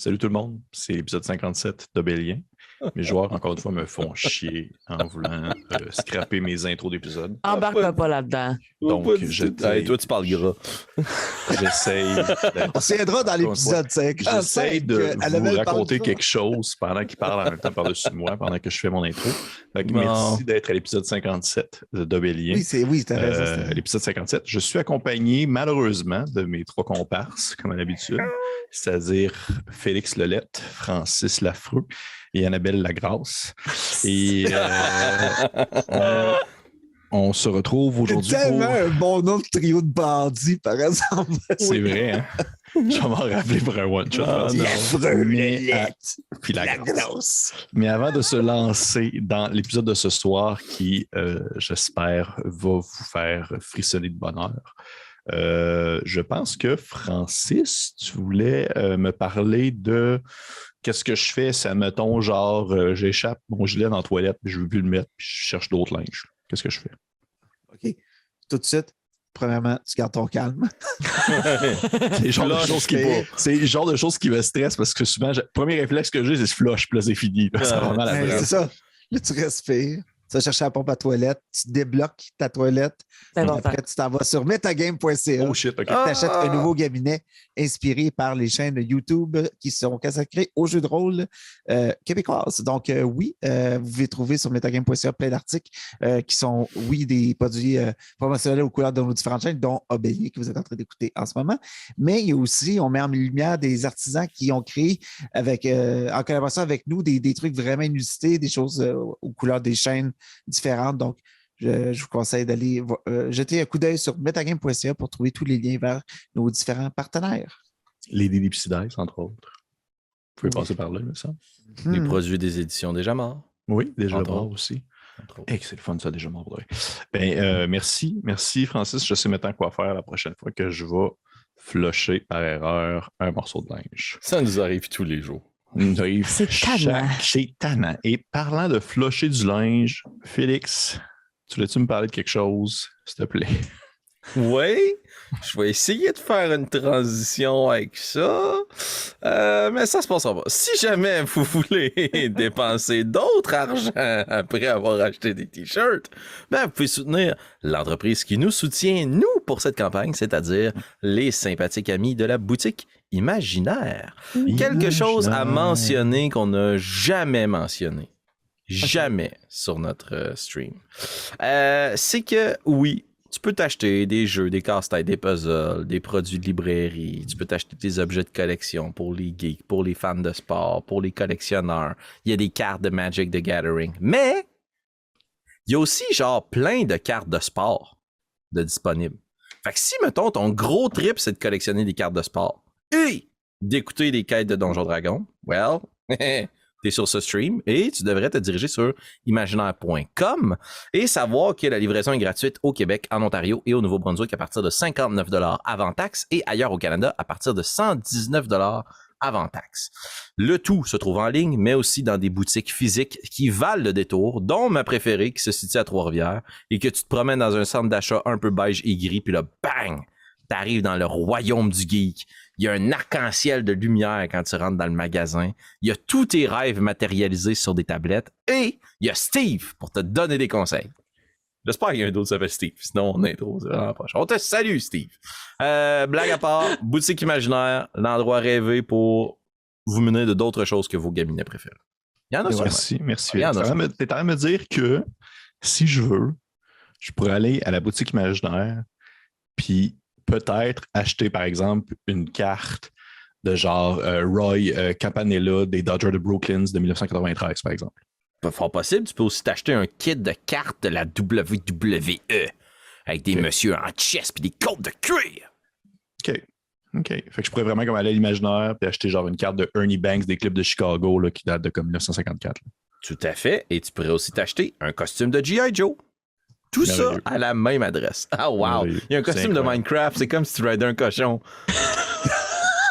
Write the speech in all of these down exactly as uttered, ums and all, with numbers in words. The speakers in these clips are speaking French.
Salut tout le monde, c'est l'épisode cinquante-sept d'Obélien. Mes joueurs, encore une fois, me font chier en voulant euh, scraper mes intros d'épisode. Embarque pas, pas là-dedans. Donc, je hey, toi, tu parles gras. J'essaye. On s'aidera dans l'épisode cinquante-cinq. J'essaie de vous raconter quelque chose pendant qu'il parle en même temps par-dessus moi, pendant que je fais mon intro. Donc, merci d'être à l'épisode cinquante-sept d'Obélien. Oui, c'est oui, c'était raison. Euh, l'épisode cinquante-sept. Je suis accompagné, malheureusement, de mes trois comparses, comme à l'habitude, c'est-à-dire Félix Lelette, Francis Lafreux et Annabelle Lagrasse. Et euh, on, on se retrouve aujourd'hui C'est tellement pour... un bon nom de trio de bandits, par exemple. C'est vrai, hein? Je vais m'en rappeler pour un one-shot. Ah, Lafreux, Lelette, puis la Lagrasse. Mais avant de se lancer dans l'épisode de ce soir qui, euh, j'espère, va vous faire frissonner de bonheur, euh, je pense que Francis, tu voulais euh, me parler de qu'est-ce que je fais si, admettons, genre, euh, j'échappe mon gilet dans la toilette, puis je ne veux plus le mettre, puis je cherche d'autres linges. Qu'est-ce que je fais? OK. Tout de suite, premièrement, tu gardes ton calme. C'est le genre, de choses, qui, c'est le genre de choses qui me stressent parce que souvent, le premier réflexe que j'ai, c'est flush, puis là, c'est fini. Là, ça va mal à Ouais, c'est ça. Là, tu respires. Tu vas chercher la pompe à toilette, tu débloques ta toilette. Après, tu t'en vas sur metagame point c a. Oh shit, OK. Tu achètes un nouveau gabinet inspiré par les chaînes YouTube qui seront consacrées aux jeux de rôle euh, québécoises. Donc, euh, oui, euh, vous pouvez trouver sur metagame point c a plein d'articles euh, qui sont, oui, des produits euh, promotionnels aux couleurs de nos différentes chaînes, dont Obélien que vous êtes en train d'écouter en ce moment. Mais il y a aussi, on met en lumière des artisans qui ont créé avec, euh, en collaboration avec nous des, des trucs vraiment inusités, des choses euh, aux couleurs des chaînes différentes. Donc, je, je vous conseille d'aller euh, jeter un coup d'œil sur metagame point c a pour trouver tous les liens vers nos différents partenaires. Les Délipsidaires, entre autres. Vous pouvez oui. passer par là, il me semble. Les hmm. produits des éditions Déjà Morts. Oui, Déjà Morts aussi. Hey, c'est le fun, ça, Déjà Mort. Ben, euh, merci. Merci, Francis. Je sais maintenant quoi faire la prochaine fois que je vais flusher par erreur un morceau de linge. Ça nous arrive tous les jours. C'est tannant. C'est tannant. Et parlant de flusher du linge, Félix, tu voulais-tu me parler de quelque chose, s'il te plaît? Oui, je vais essayer de faire une transition avec ça, euh, mais ça se passera pas. Si jamais vous voulez dépenser d'autres argent après avoir acheté des t-shirts, ben vous pouvez soutenir l'entreprise qui nous soutient, nous, pour cette campagne, c'est-à-dire les sympathiques amis de la boutique Imaginaire. Imaginaire. Quelque chose à mentionner qu'on n'a jamais mentionné. Jamais okay. sur notre euh, stream. Euh, c'est que, oui, tu peux t'acheter des jeux, des casse-têtes, des puzzles, des produits de librairie. Tu peux t'acheter des objets de collection pour les geeks, pour les fans de sport, pour les collectionneurs. Il y a des cartes de Magic the Gathering. Mais, il y a aussi, genre, plein de cartes de sport de disponibles. Fait que si, mettons, ton gros trip, c'est de collectionner des cartes de sport et d'écouter des quêtes de Donjons Dragons, well... T'es sur ce stream et tu devrais te diriger sur imaginaire point com et savoir que la livraison est gratuite au Québec, en Ontario et au Nouveau-Brunswick à partir de cinquante-neuf dollars avant taxe et ailleurs au Canada à partir de cent dix-neuf dollars avant taxe. Le tout se trouve en ligne, mais aussi dans des boutiques physiques qui valent le détour, dont ma préférée qui se situe à Trois-Rivières et que tu te promènes dans un centre d'achat un peu beige et gris puis là, bang! T'arrives dans le royaume du geek. Il y a un arc-en-ciel de lumière quand tu rentres dans le magasin. Il y a tous tes rêves matérialisés sur des tablettes. Et il y a Steve pour te donner des conseils. J'espère qu'il y a un d'autre qui s'appelle Steve. Sinon, on intro, c'est vraiment proche. On te salue, Steve. Euh, blague à part, boutique imaginaire, l'endroit rêvé pour vous mener de d'autres choses que vos cabinets préférés. Il y en a sûrement. Merci, merci. Tu es en train de me dire que si je veux, je pourrais aller à la boutique imaginaire puis peut-être acheter, par exemple, une carte de genre euh, Roy euh, Campanella des Dodgers de Brooklyn de dix-neuf cent quatre-vingt-treize, par exemple. Pas fort possible. Tu peux aussi t'acheter un kit de cartes de la W W E avec des okay. messieurs en chess puis des côtes de cuir. OK. OK. Fait que je pourrais vraiment comme aller à l'imaginaire puis acheter genre une carte de Ernie Banks des clips de Chicago là, qui date de comme dix-neuf cent cinquante-quatre. Là. Tout à fait. Et tu pourrais aussi t'acheter un costume de G I. Joe. Tout ça à la même adresse. Ah, wow! Merveilleux. Il y a un costume de Minecraft. C'est comme si tu ridais un cochon.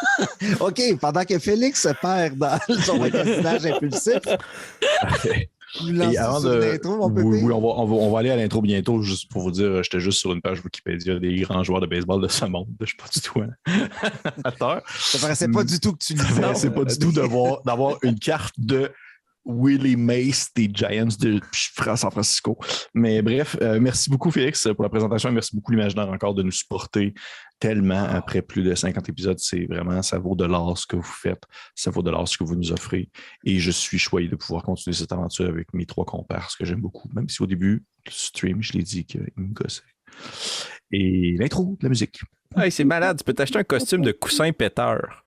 OK, pendant que Félix se perd dans son magasinage impulsif. Okay. Et avant de... oui, oui, on va, on, va, on va aller à l'intro bientôt, juste pour vous dire, j'étais juste sur une page Wikipédia des grands joueurs de baseball de ce monde. Je ne suis pas du tout un amateur. Ça ne paraissait pas du tout que tu lisais. Ça ne paraissait pas du tout d'avoir, d'avoir une carte de Willie Mace des Giants de San Francisco. Mais bref, euh, merci beaucoup Félix pour la présentation et merci beaucoup l'Imaginaire encore de nous supporter tellement après plus de cinquante épisodes. C'est vraiment, ça vaut de l'or ce que vous faites, ça vaut de l'or ce que vous nous offrez et je suis choyé de pouvoir continuer cette aventure avec mes trois compères, que j'aime beaucoup, même si au débbu, le stream, je l'ai dit qu'il me gossait. Et l'intro de la musique. Hey, c'est malade, tu peux t'acheter un costume de coussin péteur.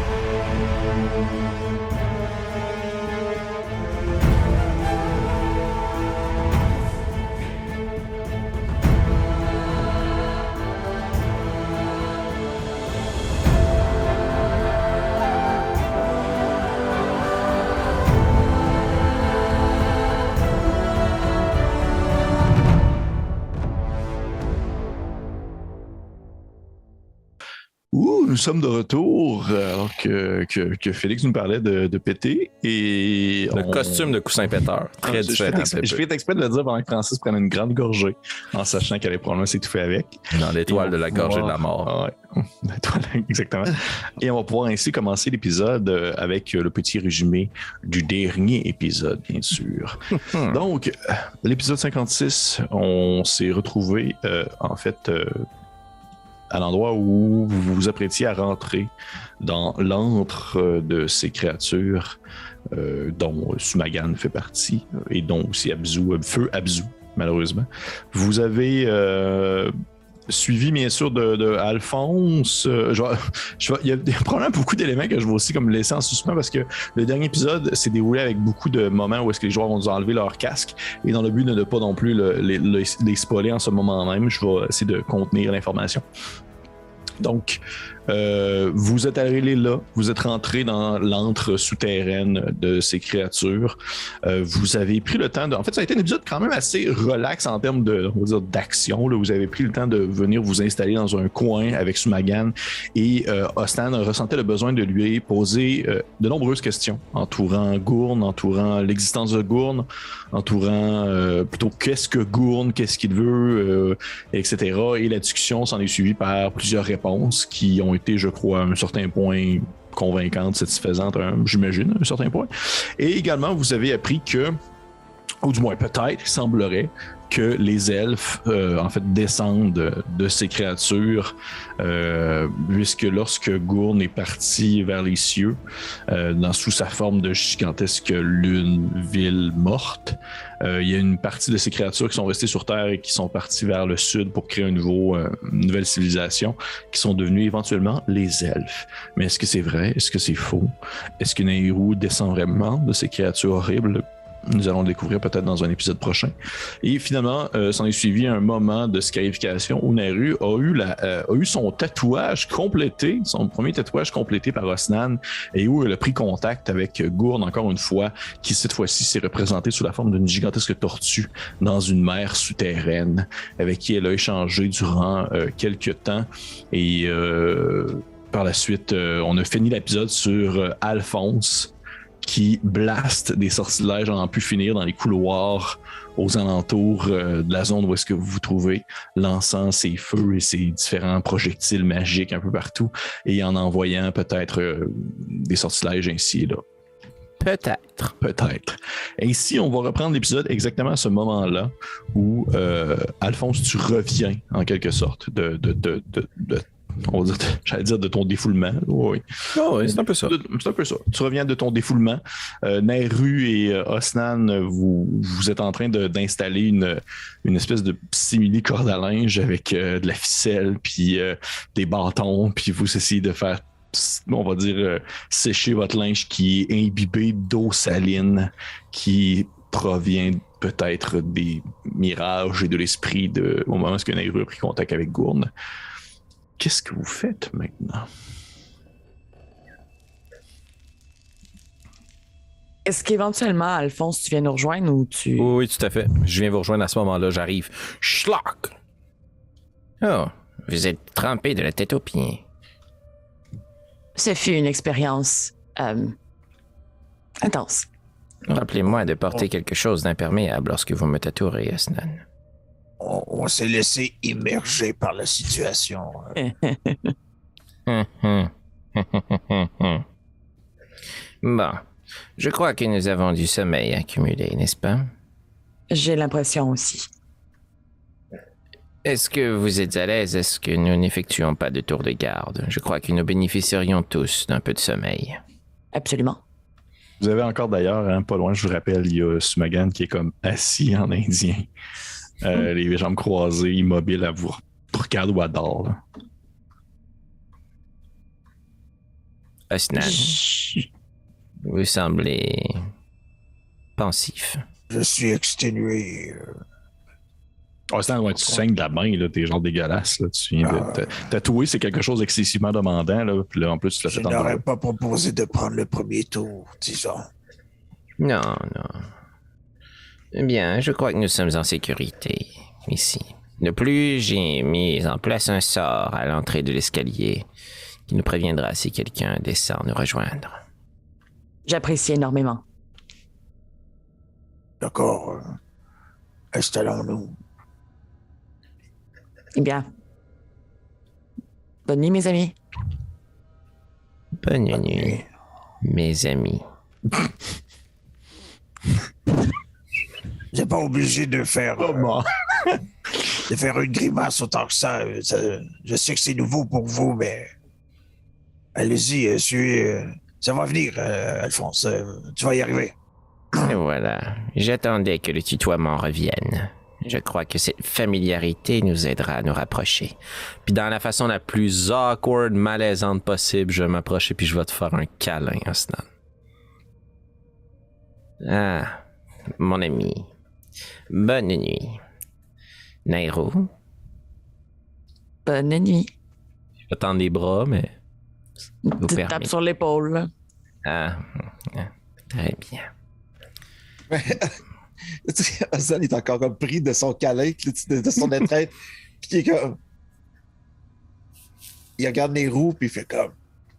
Ouh, nous sommes de retour alors que, que, que Félix nous parlait de, de péter et le on... costume de coussin péteur, très ah, différent. Je fais exprès de le dire pendant que Francis prenait une grande gorgée en sachant qu'elle allait probablement s'étouffer avec. Dans l'étoile de la gorgée de la mort. Ah ouais, l'étoile, exactement. Et on va pouvoir ainsi commencer l'épisode avec le petit résumé du dernier épisode, bien sûr. Donc, l'épisode cinquante-six, on s'est retrouvé euh, en fait... Euh, à l'endroit où vous vous apprêtiez à rentrer dans l'antre de ces créatures euh, dont Sumagan fait partie et dont aussi Abzu, Feu Abzu, malheureusement. Vous avez euh, suivi, bien sûr, de, de Alphonse. Euh, je, je, il y a probablement beaucoup d'éléments que je vais aussi comme laisser en suspens parce que le dernier épisode s'est déroulé avec beaucoup de moments où est-ce que les joueurs vont nous enlever leur casque et dans le but de ne pas non plus le, les, les, les spoiler en ce moment même, je vais essayer de contenir l'information. Donc, euh, vous êtes allé là, vous êtes rentré dans l'antre souterraine de ces créatures. Euh, vous avez pris le temps de... En fait, ça a été un épisode quand même assez relax en termes de, on va dire, d'action. Là. Vous avez pris le temps de venir vous installer dans un coin avec Sumagan et euh, Osnan ressentait le besoin de lui poser euh, de nombreuses questions entourant Gurn, entourant l'existence de Gurn, entourant euh, plutôt qu'est-ce que Gurn, qu'est-ce qu'il veut, euh, et cetera. Et la discussion s'en est suivie par plusieurs réponses qui ont été, je crois, à un certain point convaincantes, satisfaisantes, hein, j'imagine, à un certain point. Et également, vous avez appris que, ou du moins peut-être, il semblerait que les elfes, euh, en fait, descendent de, de ces créatures, euh, puisque lorsque Gurn est parti vers les cieux, euh, dans, sous sa forme de gigantesque lune, ville morte, euh, il y a une partie de ces créatures qui sont restées sur Terre et qui sont parties vers le sud pour créer un nouveau, euh, une nouvelle civilisation, qui sont devenues éventuellement les elfes. Mais est-ce que c'est vrai? Est-ce que c'est faux? Est-ce que Nehru descend vraiment de ces créatures horribles? Nous allons le découvrir peut-être dans un épisode prochain. Et finalement, euh, s'en est suivi un moment de scarification où Nehru a eu, la, euh, a eu son tatouage complété, son premier tatouage complété par Osnan, et où il a pris contact avec Gurn encore une fois, qui cette fois-ci s'est représenté sous la forme d'une gigantesque tortue dans une mer souterraine, avec qui elle a échangé durant euh, quelques temps. Et euh, par la suite, euh, on a fini l'épisode sur euh, Alphonse, qui blaste des sortilèges à n'en plus finir dans les couloirs aux alentours euh, de la zone où est-ce que vous vous trouvez, lançant ses feux et ses différents projectiles magiques un peu partout et en envoyant peut-être euh, des sortilèges ainsi et là. Peut-être. Peut-être. Ainsi, on va reprendre l'épisode exactement à ce moment-là où euh, Alphonse, tu reviens en quelque sorte de, de, de, de, de on va dire, j'allais dire de ton défoulement. Oui, oh, oui, c'est un peu ça. C'est un peu ça. Tu reviens de ton défoulement. Euh, Nehru et euh, Osnan, vous, vous êtes en train de, d'installer une, une espèce de simili corde à linge avec euh, de la ficelle, puis euh, des bâtons, puis vous essayez de faire, on va dire, euh, sécher votre linge qui est imbibé d'eau saline, qui provient peut-être des mirages et de l'esprit de, au moment où Nehru a pris contact avec Gurn. Qu'est-ce que vous faites maintenant? Est-ce qu'éventuellement, Alphonse, tu viens nous rejoindre ou tu... Oui, oui, tout à fait. Je viens vous rejoindre à ce moment-là. J'arrive. Schlock! Oh, vous êtes trempé de la tête aux pieds. Ce fut une expérience euh, intense. Rappelez-moi de porter quelque chose d'imperméable lorsque vous me tatouerez, Asnan. On, on s'est laissé immerger par la situation. Hum, hum. Bon, je crois que nous avons du sommeil accumulé, n'est-ce pas? J'ai l'impression aussi. Est-ce que vous êtes à l'aise? Est-ce que nous n'effectuons pas de tour de garde? Je crois que nous bénéficierions tous d'un peu de sommeil. Absolument. Vous avez encore d'ailleurs, hein, pas loin, je vous rappelle, il y a Sumagan qui est comme assis en indien, euh, les jambes croisées, immobile à vous regarder ou à dort. Là. Asnan, Chut. vous semblez pensif. Je suis exténué. Oh, c'est ouais, tu saignes de la main, là, t'es genre dégueulasse. Là, tu viens de, Ah. tatouer, c'est quelque chose d'excessivement demandant. Là, puis là, en plus, tu l'as Je fait en n'aurais dehors. pas proposé de prendre le premier tour, disons. Non, non. Eh bien, je crois que nous sommes en sécurité ici. De plus, j'ai mis en place un sort à l'entrée de l'escalier qui nous préviendra si quelqu'un descend nous rejoindre. J'apprécie énormément. D'accord. euh, Installons-nous. Eh bien. Bonne nuit, mes amis. Bonne nuit, mes amis. Vous n'êtes pas obligé de faire, euh, Comment? de faire une grimace autant que ça. euh, ça- Je sais que c'est nouveau pour vous, mais allez-y, euh, suivez, euh, ça va venir, euh, Alphonse. euh, Tu vas y arriver. Et voilà, j'attendais que le tutoiement revienne. Je crois que cette familiarité nous aidera à nous rapprocher. Puis dans la façon la plus awkward, malaisante possible, je vais m'approcher puis je vais te faire un câlin, Asnan. Ah, mon ami. Bonne nuit. Nairo, Bonne nuit. je vais tendre les bras, mais... vous Tu te permet. tapes sur l'épaule. là. Ah, ah, très bien. Tu sais, Ozan est encore comme pris de son câlin, de, de son étreinte. Puis il est comme. Il regarde les roues, puis il fait comme.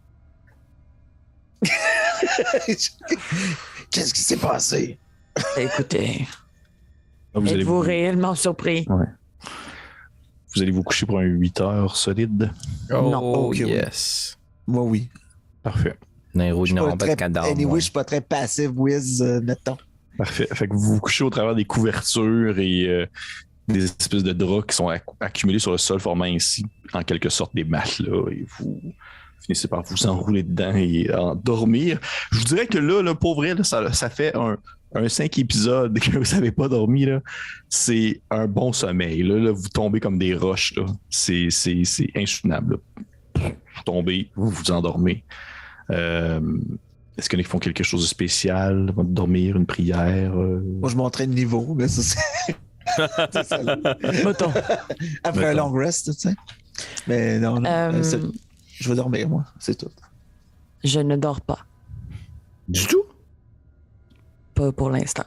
Qu'est-ce qui s'est passé? Écoutez, Là, vous, allez êtes-vous vous, réellement surpris? vous allez vous coucher pour un huit heures solide. Oh, Non. Ok, oui. yes. Moi, oui. Parfait. Nairo, Je nous suis n'aurons pas pas de très, cadavre. anyway, moi. je suis pas très passive, whiz, euh, mettons. Parfait. Fait que vous vous couchez au travers des couvertures et euh, des espèces de draps qui sont acc- accumulés sur le sol, formant ainsi, en quelque sorte, des matelas. Et vous finissez par vous enrouler dedans et en dormir. Je vous dirais que là, là pour vrai, là, ça, ça fait un, un cinq épisodes que vous n'avez pas dormi. Là. C'est un bon sommeil. Là, là, vous tombez comme des roches. Là. C'est, c'est, c'est insoutenable. Là. Vous tombez, vous vous endormez. Euh, Est-ce qu'ils font quelque chose de spécial? Vont dormir, une prière? euh? Moi, je montrais le niveau, mais ça, c'est. c'est ça, là. Mettons. Après un Mettons. long rest, tu sais. Mais non, non. Euh, euh, c'est- je vais dormir, moi, c'est tout. Je ne dors pas. Du tout? Pas pour l'instant.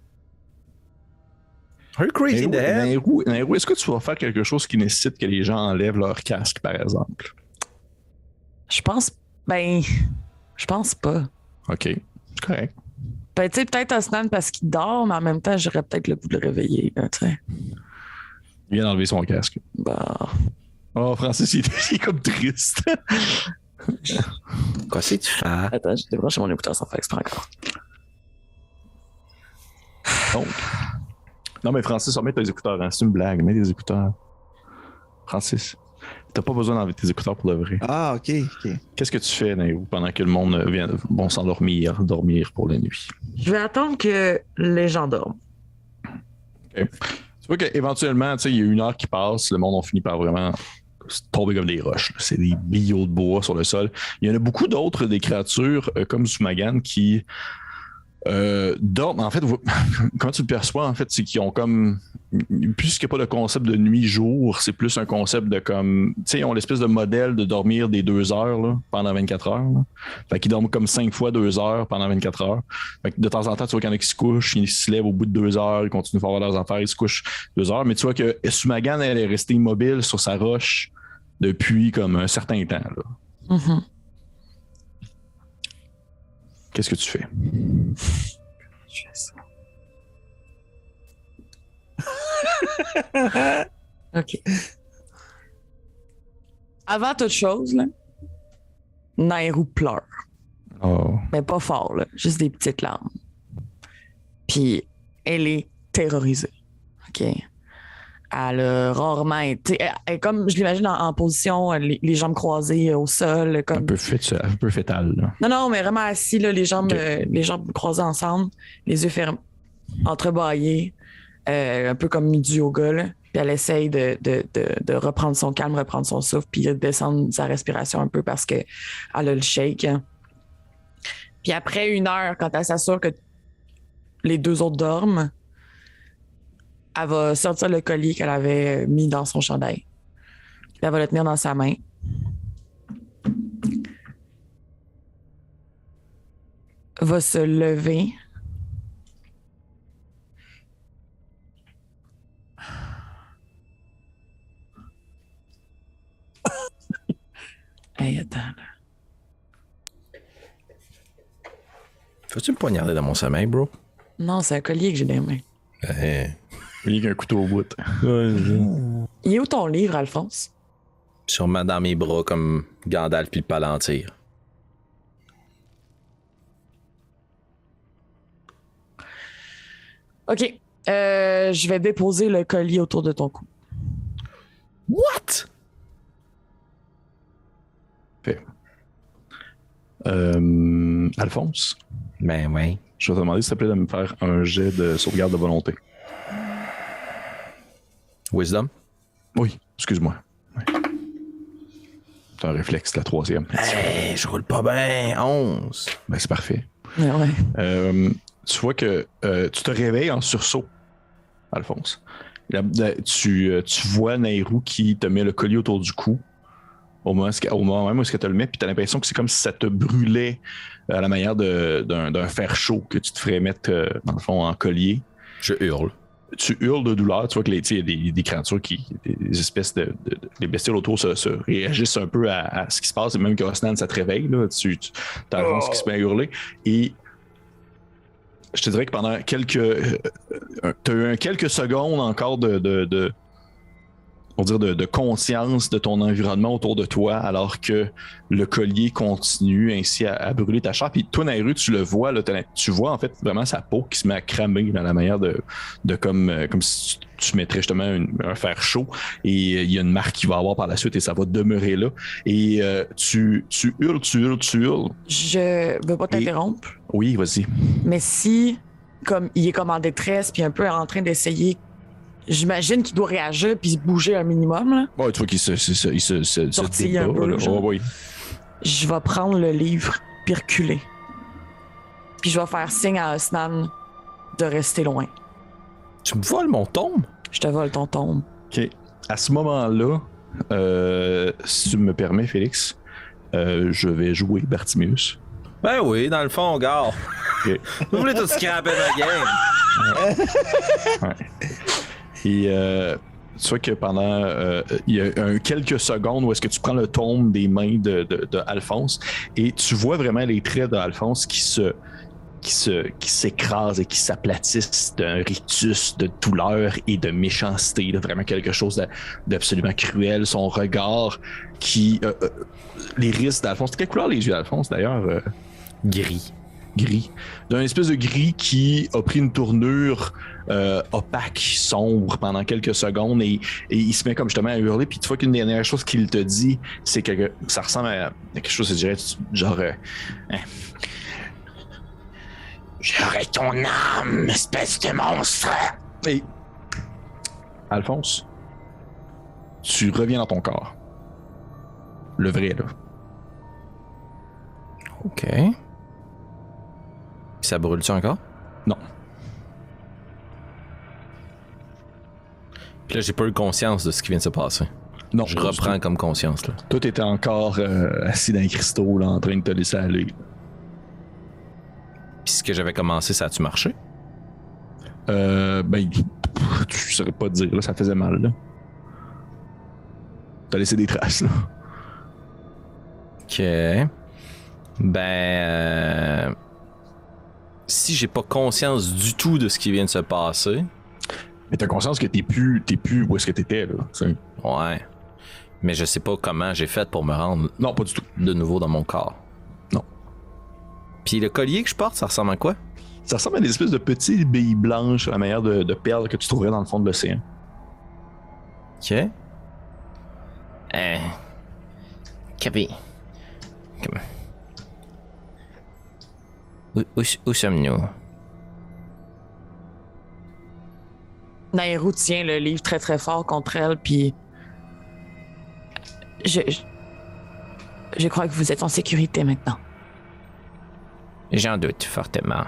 Are you crazy in the head? Nairou, Nairou, est-ce que tu vas faire quelque chose qui nécessite que les gens enlèvent leur casque, par exemple? Je pense. Ben. Je pense pas. OK, c'est correct. Ben, tu sais, peut-être Osnan parce qu'il dort, mais en même temps, j'aurais peut-être le goût de le réveiller, là, tu sais. Il vient d'enlever son casque. Bah. Oh, Francis, il est, il est comme triste. Quoi c'est que tu fais? Attends, j'ai débranché mon écouteur sans faire exprès encore. Donc. Non, mais Francis, remets tes écouteurs. Hein. C'est une blague. Mets des écouteurs. Francis, t'as pas besoin d'enlever tes écouteurs pour le vrai. Ah, OK, OK. Qu'est-ce que tu fais, Nairou, pendant que le monde vient bon, s'endormir, dormir pour la nuit? Je vais attendre que les gens dorment. Tu vois qu'éventuellement, tu sais, il y a une heure qui passe, le monde a fini par vraiment tomber comme des roches. là. C'est des billots de bois sur le sol. Il y en a beaucoup d'autres, des créatures euh, comme Sumagan qui euh, dorment. En fait, vous- comment tu le perçois, en fait, c'est qu'ils ont comme. Puisqu'il n'y a pas de concept de nuit-jour, c'est plus un concept de comme. Tu sais, ils ont l'espèce de modèle de dormir des deux heures là, pendant vingt-quatre heures. Là. Fait qu'ils dorment comme cinq fois deux heures pendant vingt-quatre heures. Fait que de temps en temps, tu vois qu'il y en a qui se couchent, ils se lèvent au bout de deux heures, ils continuent à faire leurs affaires, ils se couchent deux heures. Mais tu vois que Sumagan, elle est restée immobile sur sa roche depuis comme un certain temps. Là. Mhm. Qu'est-ce que tu fais? Je fais ça. OK. Avant toute chose, là, Nairou pleure. Oh. Mais pas fort, là. Juste des petites larmes. Puis, elle est terrorisée. OK? Elle a rarement été... Elle, elle, comme je l'imagine en, en position, les, les jambes croisées au sol. Comme... Un peu, fait, un peu fétal. Là. Non, non, mais vraiment assis, là, les, jambes, Okay. euh, les jambes croisées ensemble, les yeux fermés, entrebâillés, euh, un peu comme du yoga, là. Puis elle essaye de, de, de, de reprendre son calme, reprendre son souffle, puis de descendre sa respiration un peu parce qu'elle a le shake. Puis après une heure, quand elle s'assure que les deux autres dorment, elle va sortir le collier qu'elle avait mis dans son chandail. Puis elle va le tenir dans sa main. Va se lever. Hey, attends, là. Faut-tu me poignarder dans mon sommeil, bro? Non, c'est un collier que j'ai dans les mains. Eh. Il y a un couteau au bout. Il est où ton livre, Alphonse? Sûrement dans mes bras comme Gandalf puis le Palantir. OK. Euh, je vais déposer le collier autour de ton cou. What? Fait. Euh, Alphonse, Ben ouais. je vais te demander s'il te plaît de me faire un jet de sauvegarde de volonté. Wisdom? Oui, excuse-moi. Oui. C'est un réflexe, la troisième. Hey, je roule pas bien. onze. Ben, c'est parfait. Ouais, ouais. Euh, tu vois que euh, tu te réveilles en sursaut, Alphonse. La- la- tu, euh, tu vois Nairou qui te met le collier autour du cou au moment, au moment même où tu le mets, puis tu as l'impression que c'est comme si ça te brûlait à la manière de- d'un, d'un fer chaud que tu te ferais mettre, euh, dans le fond, en collier. Je hurle. Tu hurles de douleur, tu vois que les, tu sais, il y a des, des créatures qui, des espèces de, de, de- les bestioles autour se, se réagissent un peu à, à ce qui se passe, et même que Osnan, ça te réveille, là, tu, tu as Alphonse qui se met à hurler, et je te dirais que pendant quelques, euh, tu as eu un quelques secondes encore de, de, de on va dire de, de conscience de ton environnement autour de toi, alors que le collier continue ainsi à, à brûler ta chair. Puis toi, Nairou, tu le vois, là, tu vois en fait vraiment sa peau qui se met à cramer dans la manière de, de comme, euh, comme si tu, tu mettrais justement une- un fer chaud, et euh, il y a une marque qu'il va avoir par la suite et ça va demeurer là. Et euh, tu, tu hurles, tu hurles, tu hurles. Je veux pas t'interrompre, Oui, vas-y. mais si comme il est comme en détresse puis un peu en train d'essayer, j'imagine qu'il doit réagir puis se bouger un minimum, là. Ouais, tu vois qu'il se, se, se, il se, se, se Tortille un débat, peu, là. genre. Ouais, ouais. Je vais prendre le livre puis reculer. Puis je vais faire signe à Osnan de rester loin. Tu me voles mon tombe? Je te vole ton tombe. OK. À ce moment-là, euh, si tu me permets, Félix, euh, je vais jouer Bartimius. Ben oui, dans le fond, gars. OK. Vous voulez tout scraper ma game? Ouais. Et euh, tu vois que pendant euh, il y a un, quelques secondes où est-ce que tu prends le tombe des mains de, de, de Alphonse, et tu vois vraiment les traits d'Alphonse qui se qui se qui s'écrasent et qui s'aplatissent d'un rictus de douleur et de méchanceté, là, vraiment quelque chose de- d'absolument cruel. Son regard qui euh, euh, les risques d'Alphonse. Quelle couleur les yeux d'Alphonse d'ailleurs? euh? Gris. Gris, d'un espèce de gris qui a pris une tournure euh, opaque, sombre pendant quelques secondes, et, et il se met comme justement à hurler. Puis tu vois qu'une des dernières choses qu'il te dit, c'est que ça ressemble à quelque chose, je dirais, genre euh, hein. J'aurai ton âme, espèce de monstre. Et Alphonse, tu reviens dans ton corps, le vrai là. OK. Ça brûle-tu encore? Non. Puis là, j'ai pas eu conscience de ce qui vient de se passer. Non, Je reprends comme conscience, là. Tout était encore euh, assis dans les cristaux, là, en train de te laisser aller. Puis ce que j'avais commencé, ça a-tu marché? Euh, ben, je saurais pas te dire, là, ça faisait mal, là. T'as laissé des traces, là. OK. Ben... euh, Si si j'ai pas conscience du tout de ce qui vient de se passer. Mais t'as conscience que t'es plus, t'es plus où est-ce que t'étais, là. T'sais. Ouais. Mais je sais pas comment j'ai fait pour me rendre Non, pas du tout. de nouveau dans mon corps. Non. Puis le collier que je porte, ça ressemble à quoi? Ça ressemble à des espèces de petites billes blanches à la manière de, de perles que tu trouverais dans le fond de l'océan. Ok. Euh... Capi. Où, où, où sommes-nous? Nairou tient le livre très très fort contre elle, puis je, je, je crois que vous êtes en sécurité maintenant. J'en doute fortement.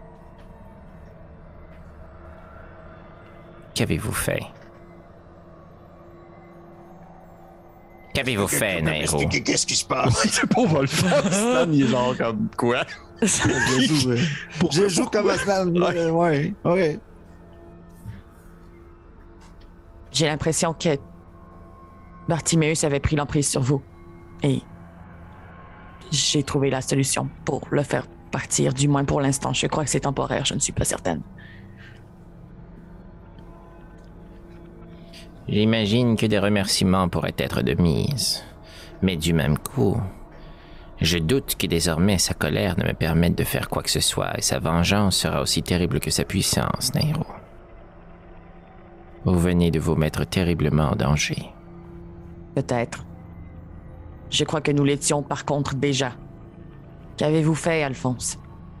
Qu'avez-vous fait? Qu'avez-vous fait, Nairo? Qu'est-ce qui se passe? C'est pas, on va le faire. Stan, il est genre comme quoi? Je joue, euh, je joue comme Aslan. Ouais, ouais. ouais. J'ai l'impression que Bartiméus avait pris l'emprise sur vous. Et j'ai trouvé la solution pour le faire partir, du moins pour l'instant. Je crois que c'est temporaire, je ne suis pas certaine. J'imagine que des remerciements pourraient être de mise. Mais du même coup, je doute que désormais sa colère ne me permette de faire quoi que ce soit et sa vengeance sera aussi terrible que sa puissance, Nairo. Vous venez de vous mettre terriblement en danger. Peut-être. Je crois que nous l'étions par contre déjà. Qu'avez-vous fait, Alphonse?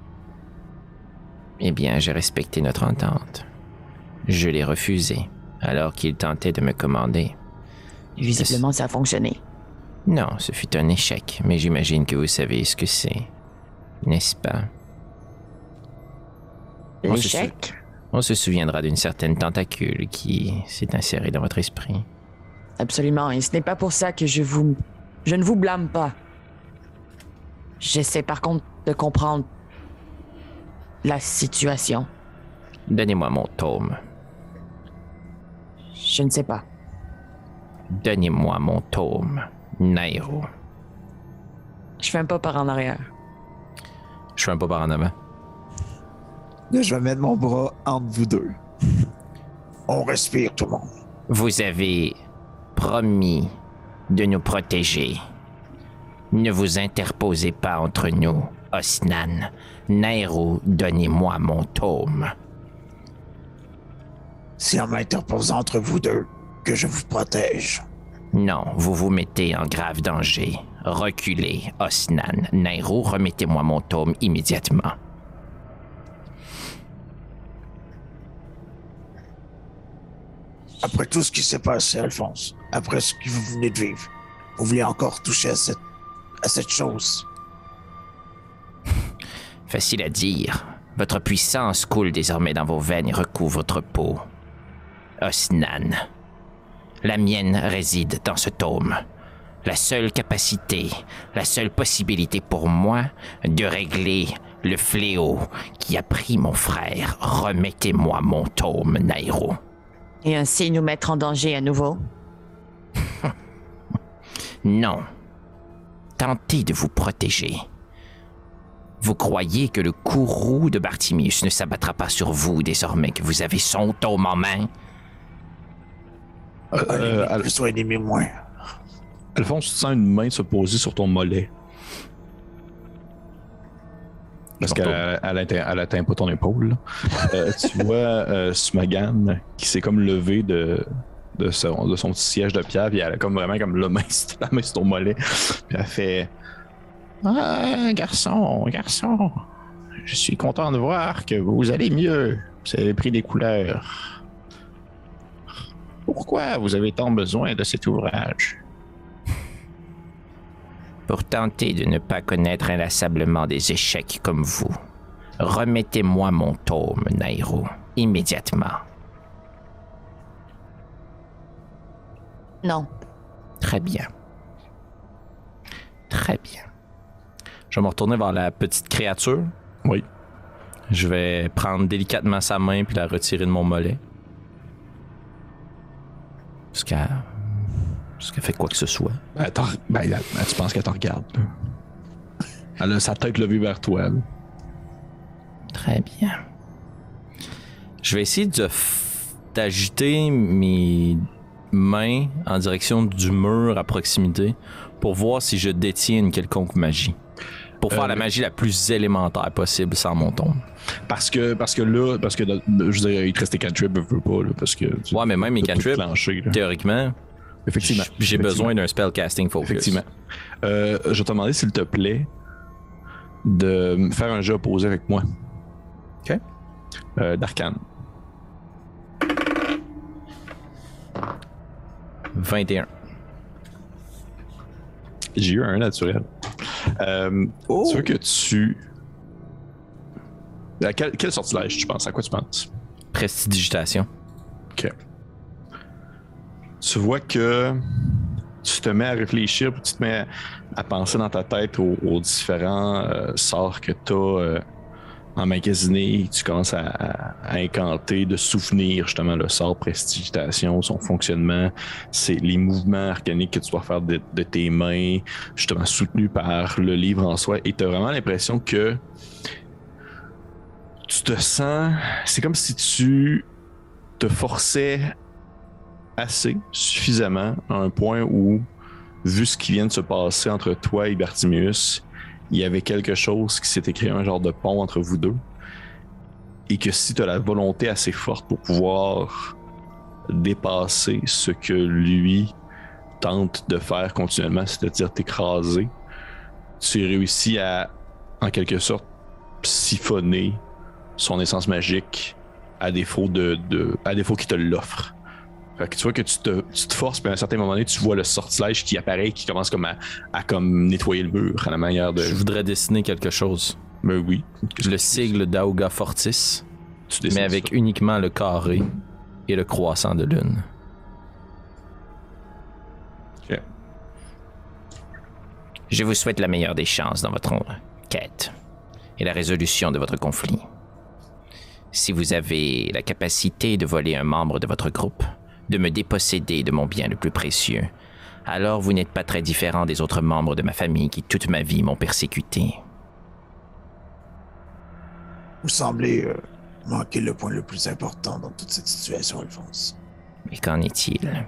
Eh bien, j'ai respecté notre entente. Je l'ai refusé, alors qu'il tentait de me commander. Visiblement, ça a fonctionné. Non, ce fut un échec, mais j'imagine que vous savez ce que c'est. N'est-ce pas? On se sou- L'échec? On se souviendra d'une certaine tentacule qui s'est insérée dans votre esprit. Absolument, et ce n'est pas pour ça que je vous... Je ne vous blâme pas. J'essaie par contre de comprendre la situation. Donnez-moi mon tome. Je ne sais pas. Donnez-moi mon tome, Nairo. Je fais un pas par en arrière. Je fais un pas par en avant. Là, je vais mettre mon bras entre vous deux. On respire, tout le monde. Vous avez promis de nous protéger. Ne vous interposez pas entre nous, Osnan. Nairo, donnez-moi mon tome. C'est en m'interposant entre vous deux que je vous protège. Non, vous vous mettez en grave danger. Reculez, Osnan. Nairo, remettez-moi mon tome immédiatement. Après tout ce qui s'est passé, Alphonse, après ce que vous venez de vivre, vous voulez encore toucher à cette, à cette chose. Facile à dire. Votre puissance coule désormais dans vos veines et recouvre votre peau. Osnan. La mienne réside dans ce tome. La seule capacité, la seule possibilité pour moi de régler le fléau qui a pris mon frère. Remettez-moi mon tome, Nairo. Et ainsi nous mettre en danger à nouveau? Non. Tentez de vous protéger. Vous croyez que le courroux de Bartiméus ne s'abattra pas sur vous désormais que vous avez son tome en main? Euh, euh, Al- Plus ennemi moins. Alphonse, tu sens une main se poser sur ton mollet. Parce Sur ton- qu'elle elle atteint, elle atteint pas ton épaule. là. Euh, tu vois euh, Smagan qui s'est comme levé de, de, son, de son petit siège de pierre, puis elle a comme vraiment comme la main, la main sur ton mollet. Puis elle fait Ah, garçon, garçon, je suis content de voir que vous allez mieux. Vous avez pris des couleurs. Pourquoi vous avez tant besoin de cet ouvrage? Pour tenter de ne pas connaître inlassablement des échecs comme vous. Remettez-moi mon tome, Nairo, immédiatement. Non. Très bien. Très bien. Je vais me retourner vers la petite créature. Oui. Je vais prendre délicatement sa main puis la retirer de mon mollet. Jusqu'à... Jusqu'à fait quoi que ce soit. Ben, t'en- ben, elle- ben, tu penses qu'elle te regarde. là. Elle a sa tête levée vers toi. là. Très bien. Je vais essayer de f- d'agiter mes mains en direction du mur à proximité pour voir si je détiens une quelconque magie. Pour faire euh, la magie la plus élémentaire possible sans mon tombe. Parce que, parce que là, parce que, je veux dire, il te reste tes cantrips, je veux pas, là, parce que... Ouais, mais même mes cantrips, théoriquement, effectivement, j'ai besoin d'un spellcasting focus. Effectivement. Euh, je vais te demander, s'il te plaît, de faire un jeu opposé avec moi. OK. Euh, D'arcane. vingt et un. J'ai eu un naturel. Euh, oh. Tu veux que tu... À quel, quel sortilège tu penses? À quoi tu penses? Prestidigitation. OK. Tu vois que tu te mets à réfléchir, puis tu te mets à penser dans ta tête aux, aux différents euh, sorts que tu as euh, emmagasinés. Tu commences à, à, à incanter de souvenirs justement le sort prestidigitation, son fonctionnement, c'est les mouvements arcaniques que tu dois faire de, de tes mains, justement soutenus par le livre en soi. Et tu as vraiment l'impression que tu te sens... C'est comme si tu te forçais assez, suffisamment, à un point où, vu ce qui vient de se passer entre toi et Bartimius, il y avait quelque chose qui s'était créé, un genre de pont entre vous deux. Et que si tu as la volonté assez forte pour pouvoir dépasser ce que lui tente de faire continuellement, c'est-à-dire t'écraser, tu réussis à, en quelque sorte, siphonner son essence magique à défaut de, de à défaut qu'il te l'offre. Fait que tu vois que tu te, tu te forces, puis à un certain moment donné, tu vois le sortilège qui apparaît, qui commence comme à, à comme nettoyer le mur à la manière de... Je voudrais dessiner quelque chose. Ben oui. Le sigle d'Auga Fortis, mais avec ça. Uniquement le carré et le croissant de lune. Ok. Je vous souhaite la meilleure des chances dans votre quête et la résolution de votre conflit. Si vous avez la capacité de voler un membre de votre groupe, de me déposséder de mon bien le plus précieux, alors vous n'êtes pas très différent des autres membres de ma famille qui toute ma vie m'ont persécuté. Vous semblez euh, manquer le point le plus important dans toute cette situation, Alphonse. Mais qu'en est-il?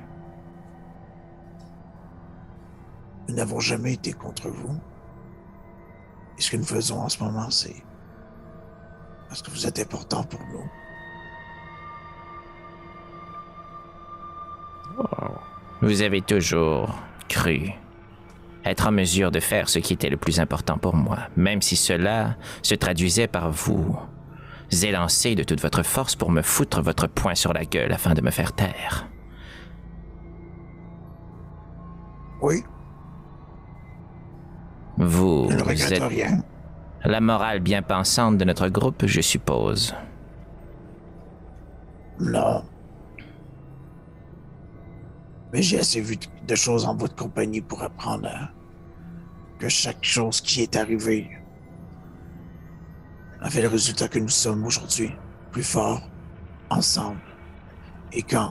Nous n'avons jamais été contre vous. Et ce que nous faisons en ce moment, c'est parce que vous êtes important pour nous. Vous avez toujours cru être en mesure de faire ce qui était le plus important pour moi, même si cela se traduisait par vous élancer de toute votre force pour me foutre votre poing sur la gueule afin de me faire taire. Oui. Vous, je ne vous êtes rien. La morale bien pensante de notre groupe, je suppose. Non. Mais j'ai assez vu de choses en votre compagnie pour apprendre à... que chaque chose qui est arrivée a fait le résultat que nous sommes aujourd'hui, plus forts, ensemble. Et quand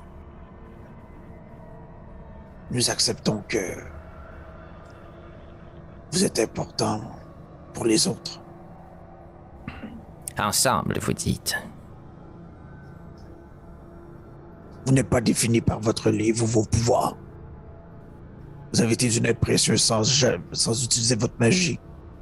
nous acceptons que vous êtes important pour les autres. Ensemble, vous dites. Vous n'êtes pas défini par votre livre ou vos pouvoirs. Vous avez été d'une aide précieuse sans, sans utiliser votre magie.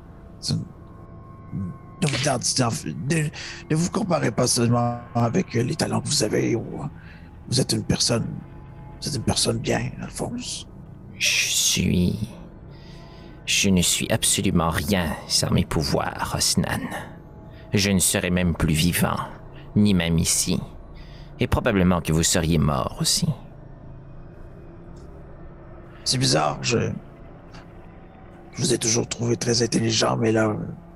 Ne vous, ne, ne vous comparez pas seulement avec les talents que vous avez. Ou, vous êtes une personne... Vous êtes une personne bien, Alphonse. Je suis... Je ne suis absolument rien sans mes pouvoirs, Osnan. Je ne serais même plus vivant, ni même ici. Et probablement que vous seriez mort aussi. C'est bizarre, je... Je vous ai toujours trouvé très intelligent, mais là...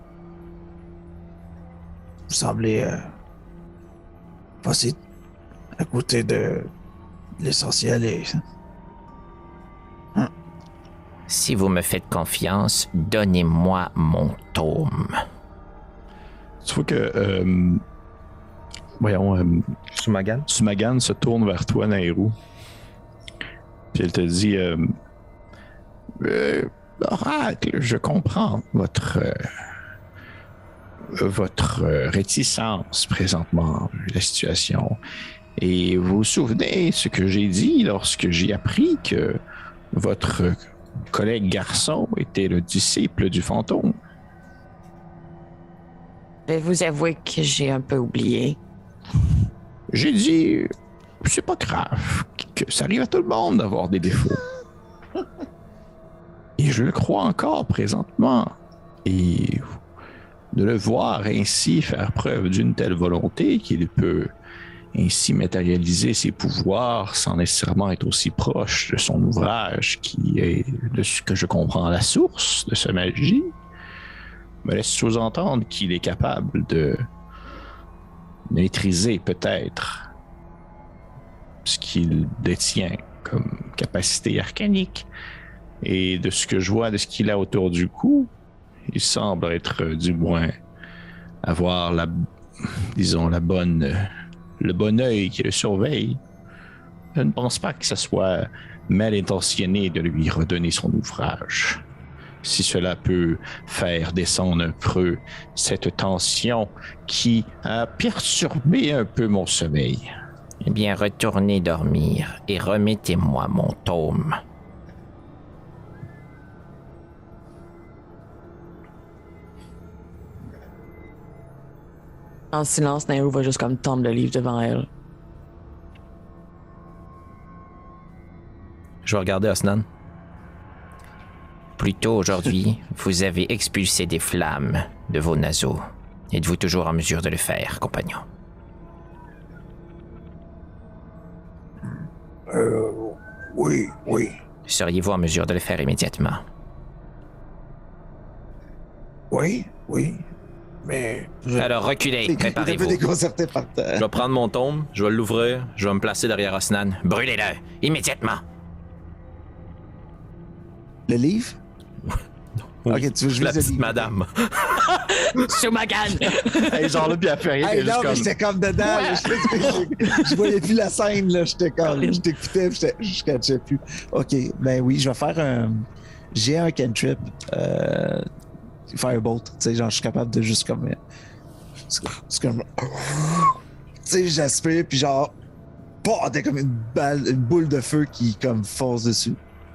Vous semblez... Euh, passer à côté de l'essentiel et... Hum. Si vous me faites confiance, donnez-moi mon tome. Tu vois que... Euh, voyons... Euh, Sumagan? Sumagan se tourne vers toi, Nairou. Puis elle te dit... Euh, euh, Oracle, je comprends votre... Euh, votre réticence présentement vu la situation. Et vous vous souvenez ce que j'ai dit lorsque j'ai appris que votre collègue garçon était le disciple du fantôme? Je vais vous avouer que j'ai un peu oublié. J'ai dit, c'est pas grave, que ça arrive à tout le monde d'avoir des défauts. Et je le crois encore présentement. Et de le voir ainsi faire preuve d'une telle volonté qu'il peut ainsi matérialiser ses pouvoirs sans nécessairement être aussi proche de son ouvrage qui est, de ce que je comprends, la source de sa magie, me laisse sous-entendre qu'il est capable de maîtriser peut-être ce qu'il détient comme capacité arcanique. Et de ce que je vois, de ce qu'il a autour du cou, il semble être, du moins, avoir la, disons, la bonne, le bon œil qui le surveille. Je ne pense pas que ce soit mal intentionné de lui redonner son ouvrage. Si cela peut faire descendre un peu cette tension qui a perturbé un peu mon sommeil. Eh bien, retournez dormir et remettez-moi mon tome. En silence, Nairou va juste comme tendre le livre devant elle. Je vais regarder Osnan. Plus tôt aujourd'hui, vous avez expulsé des flammes de vos naseaux. Êtes-vous toujours en mesure de le faire, compagnon? Euh, oui, oui. Seriez-vous en mesure de le faire immédiatement? Oui, oui. Mais. Je... Alors reculez, Il est un peu préparez-vous. déconcerté par terre. Je vais prendre mon tome, je vais l'ouvrir, je vais me placer derrière Osnan. Brûlez-le, immédiatement. Le livre? Ok, tu veux jouer La le petite livre? madame. Shumagan! Hey, genre là, puis elle fait rien, Hey, elle est non, juste mais comme... j'étais comme dedans. là, je, je voyais plus la scène, là. J'étais comme. Je t'écoutais, puis j'étais- je catchais plus. Ok, ben oui, je vais faire un. J'ai un cantrip. Euh, Firebolt. Tu sais, genre, je suis capable de juste comme. C'est c'est comme. Tu sais, j'aspire, puis genre. Bah, t'as comme une balle, une boule de feu qui, comme, fonce dessus.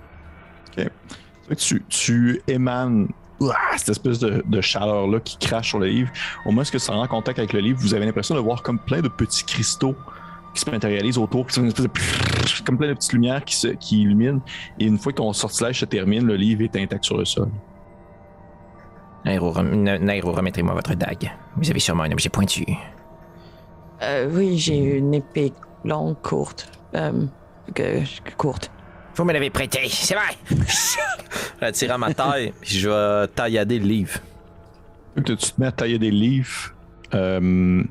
Tu, tu émanes ouah, cette espèce de, de chaleur-là qui crache sur le livre. Au moins, ce que ça rend en contact avec le livre, vous avez l'impression de voir comme plein de petits cristaux qui se matérialisent autour, qui sont une espèce de... comme plein de petites lumières qui, se, qui illuminent. Et une fois que ton sortilège se termine, le livre est intact sur le sol. Nairo, rem- Na- Nairo, remettez-moi votre dague. Vous avez sûrement un objet pointu. Euh, oui, j'ai une épée longue, courte. Euh, que, courte. Vous me l'avez prêté, c'est vrai. Je vais tirer à ma taille, puis je vais taillader le livre. Tu te mets à tailler des livres. Euh...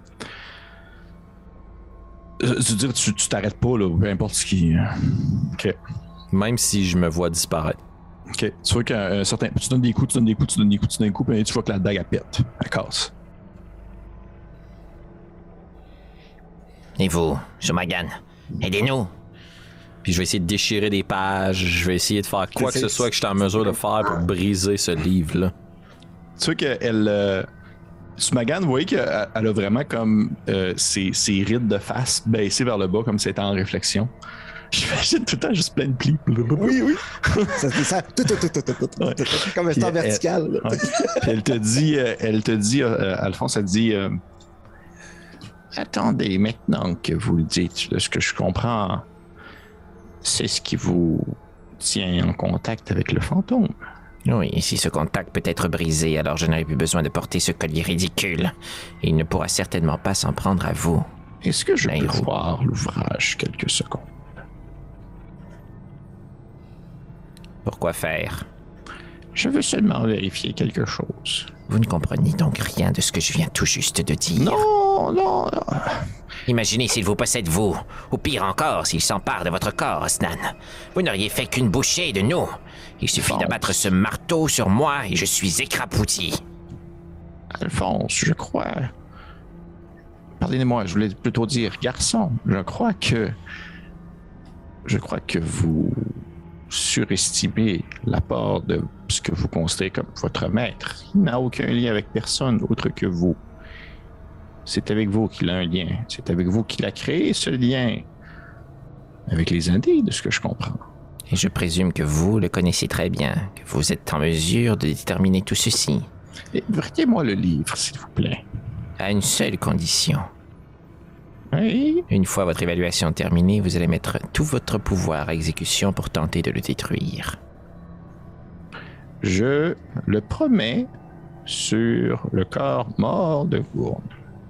Je veux dire, tu, tu t'arrêtes pas, là, peu importe ce qui... OK. Même si je me vois disparaître. OK. Tu vois qu'un un certain... Tu donnes des coups, tu donnes des coups, tu donnes des coups, tu donnes des coups, puis tu vois que la dague, elle pète. Elle casse. Et vous, Shumagan, aidez-nous. Puis je vais essayer de déchirer des pages, je vais essayer de faire quoi que C'est- ce soit que je suis en mesure de faire pour briser ce livre-là. Tu vois qu'elle... Euh... Smagan, vous voyez qu'elle elle a vraiment comme euh, ses, ses rides de face baissées vers le bas, comme si elle était en réflexion. J'imagine tout le temps juste plein de plis. Oui, oui. Ça fait ça. Tout, tout, tout, tout, tout, tout, Ouais. tout, tout, comme un Puis temps elle- vertical. là. Ouais. Puis elle te dit, euh, elle te dit, euh, Alphonse, elle te dit, euh, attendez, maintenant que vous le dites, de ce que je comprends, c'est ce qui vous tient en contact avec le fantôme. Oui, et si ce contact peut être brisé, alors je n'aurai plus besoin de porter ce collier ridicule. Et il ne pourra certainement pas s'en prendre à vous. Est-ce que je peux Nairo. voir l'ouvrage quelques secondes? Pourquoi faire? Je veux seulement vérifier quelque chose. Vous ne comprenez donc rien de ce que je viens tout juste de dire. Non, non, non. Imaginez s'il vous possède vous, ou pire encore, s'il s'empare de votre corps, Osnan. Vous n'auriez fait qu'une bouchée de nous. Il suffit Bon. d'abattre ce marteau sur moi et je suis écrapouti. Alphonse, je crois... Pardonnez-moi, je voulais plutôt dire garçon. Je crois que... Je crois que vous surestimez l'apport de ce que vous considérez comme votre maître. Il n'a aucun lien avec personne autre que vous. C'est avec vous qu'il a un lien. C'est avec vous qu'il a créé ce lien. Avec les Indiens, de ce que je comprends. Et je présume que vous le connaissez très bien, que vous êtes en mesure de déterminer tout ceci. Prêtez-moi le livre, s'il vous plaît. À une seule condition. Oui? Une fois votre évaluation terminée, vous allez mettre tout votre pouvoir à exécution pour tenter de le détruire. Je le promets sur le corps mort de Gourne.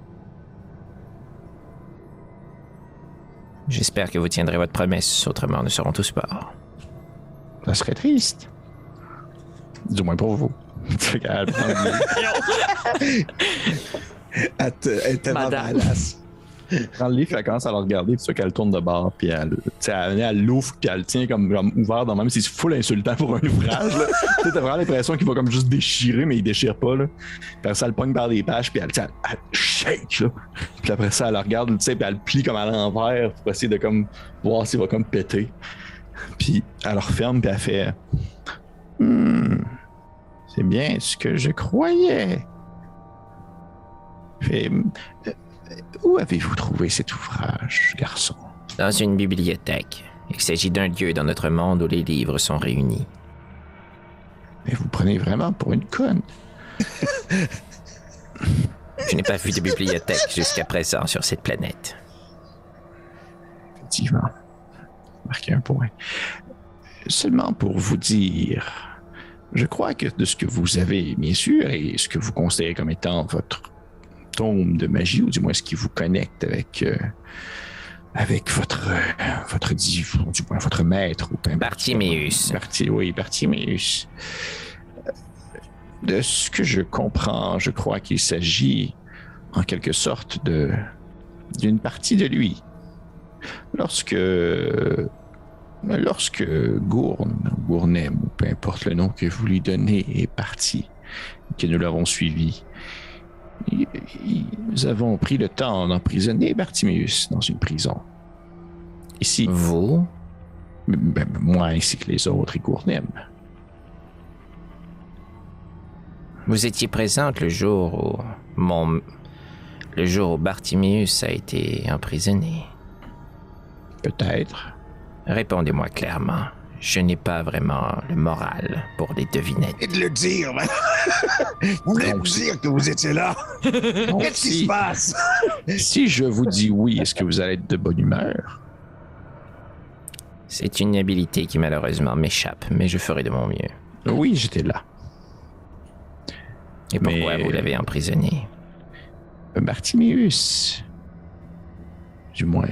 J'espère que vous tiendrez votre promesse, autrement nous serons tous morts. Ça serait triste. Du moins pour vous. Elle prend le livre. Elle te- elle est tellement Madame. badass. Elle prend le livre, puis elle commence à le regarder, puis ça qu'elle tourne de bord, puis elle, tu sais, elle, elle l'ouvre, puis elle le tient comme, comme ouvert dans même, c'est full insultant pour un ouvrage. Là. Tu sais, t'as vraiment l'impression qu'il va comme juste déchirer, mais il déchire pas. Là. Puis après ça, elle pogne par les pages, puis elle, tu sais, elle, elle shake. Là. Puis après ça, elle le regarde, tu sais, puis elle le plie comme à l'envers pour essayer de comme voir s'il va comme péter. Puis elle le referme, puis elle fait hmm, c'est bien ce que je croyais. Fait, euh, où avez-vous trouvé cet ouvrage, garçon? Dans une bibliothèque. Il s'agit d'un lieu dans notre monde où les livres sont réunis. Mais vous prenez vraiment pour une conne. Je n'ai pas vu de bibliothèque jusqu'à présent sur cette planète. Effectivement. Marquez un point. Seulement pour vous dire, je crois que de ce que vous avez, bien sûr, et ce que vous considérez comme étant votre tome de magie, ou du moins ce qui vous connecte avec, euh, avec votre, euh, votre, di- du moins votre maître, ou peu importe. Bartiméus. Barti- oui, Bartiméus. Euh, De ce que je comprends, je crois qu'il s'agit en quelque sorte de d'une partie de lui. Lorsque lorsque Gourne, Gournem, ou peu importe le nom que vous lui donnez, est parti, que nous l'avons suivi, il- il- nous avons pris le temps d'emprisonner Bartiméus dans une prison. Ici, Vous? ben, moi ainsi que les autres et Gournem. Vous étiez présente le jour où mon... le jour où Bartiméus a été emprisonné. Peut-être. Répondez-moi clairement. Je n'ai pas vraiment le moral pour les devinettes. Et de le dire, man. Vous voulez Donc, me dire que vous étiez là? Donc, Qu'est-ce qui si- se passe? Si je vous dis oui, est-ce que vous allez être de bonne humeur? C'est une habilité qui malheureusement m'échappe, mais je ferai de mon mieux. Oui, j'étais là. Et pourquoi Mais- vous l'avez emprisonné? Bartiméus. Du moins,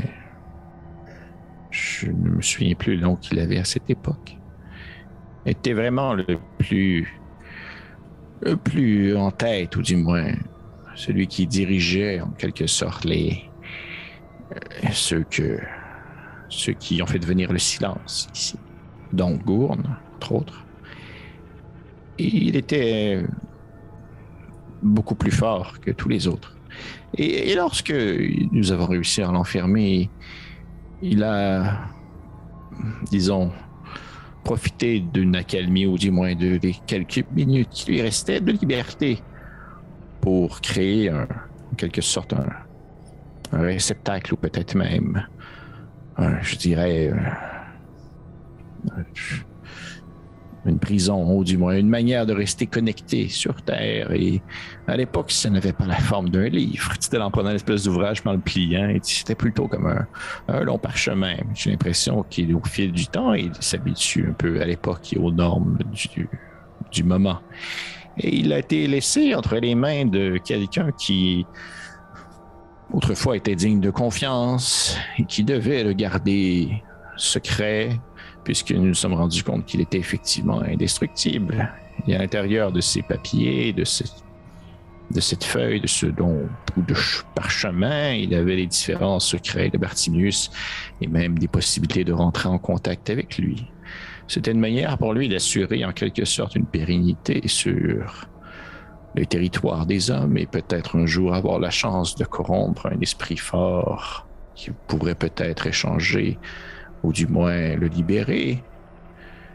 je ne me souviens plus le nom qu'il avait à cette époque. Était vraiment le plus, le plus en tête, ou du moins celui qui dirigeait en quelque sorte les euh, ceux que ceux qui ont fait devenir le silence ici. Donc Gourne, entre autres. Et il était beaucoup plus fort que tous les autres. Et, et lorsque nous avons réussi à l'enfermer, il a, disons, profité d'une accalmie, ou du moins de, des quelques minutes qui lui restaient de liberté pour créer un, en quelque sorte un, un réceptacle, ou peut-être même, un, je dirais, un- un- une prison, ou du moins une manière de rester connecté sur Terre. Et à l'époque, ça n'avait pas la forme d'un livre. C'était en prenant l'espèce d'ouvrage, en le pliant, et c'était plutôt comme un, un long parchemin. J'ai l'impression qu'il, au fil du temps, il s'habitue un peu à l'époque et aux normes du, du moment. Et il a été laissé entre les mains de quelqu'un qui, autrefois, était digne de confiance et qui devait le garder secret, puisque nous nous sommes rendus compte qu'il était effectivement indestructible. Et à l'intérieur de ces papiers, de, ce, de cette feuille, de ce don ou de parchemin, il avait les différents secrets de Bartiméus et même des possibilités de rentrer en contact avec lui. C'était une manière pour lui d'assurer en quelque sorte une pérennité sur le territoire des hommes et peut-être un jour avoir la chance de corrompre un esprit fort qui pourrait peut-être échanger ou du moins le libérer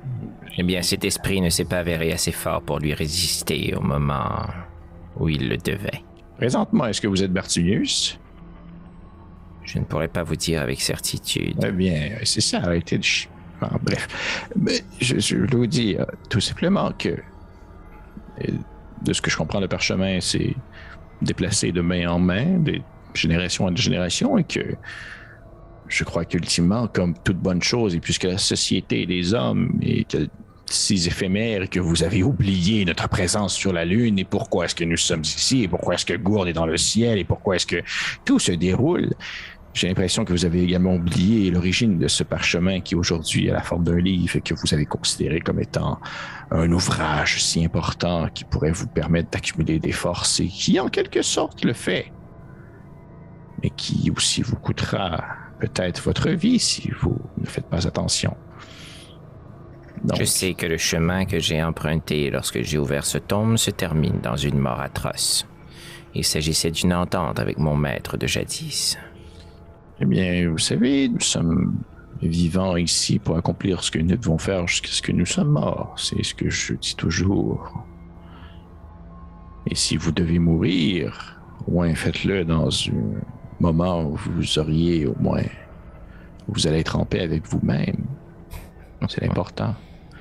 Eh bien, cet esprit ne s'est pas avéré assez fort pour lui résister au moment où il le devait. Présentement, est-ce que vous êtes Bartimius? Je ne pourrais pas vous dire avec certitude. Eh bien, c'est ça, arrêtez de chier. Enfin, bref, mais je, je veux vous dire tout simplement que, de ce que je comprends, le parchemin s'est déplacé de main en main, de génération en génération, et que je crois qu'ultimement, comme toute bonne chose, et puisque la société des hommes est si éphémère que vous avez oublié notre présence sur la Lune, et pourquoi est-ce que nous sommes ici, et pourquoi est-ce que Gourde est dans le ciel, et pourquoi est-ce que tout se déroule, j'ai l'impression que vous avez également oublié l'origine de ce parchemin qui aujourd'hui a la forme d'un livre et que vous avez considéré comme étant un ouvrage si important qui pourrait vous permettre d'accumuler des forces et qui en quelque sorte le fait, mais qui aussi vous coûtera peut-être votre vie si vous ne faites pas attention. Donc, je sais que le chemin que j'ai emprunté lorsque j'ai ouvert ce tome se termine dans une mort atroce. Il s'agissait d'une entente avec mon maître de jadis. Eh bien, vous savez, nous sommes vivants ici pour accomplir ce que nous devons faire jusqu'à ce que nous sommes morts. C'est ce que je dis toujours. Et si vous devez mourir, au moins faites-le dans un moment où vous auriez au moins... où vous allez être en paix avec vous-même. C'est l'important.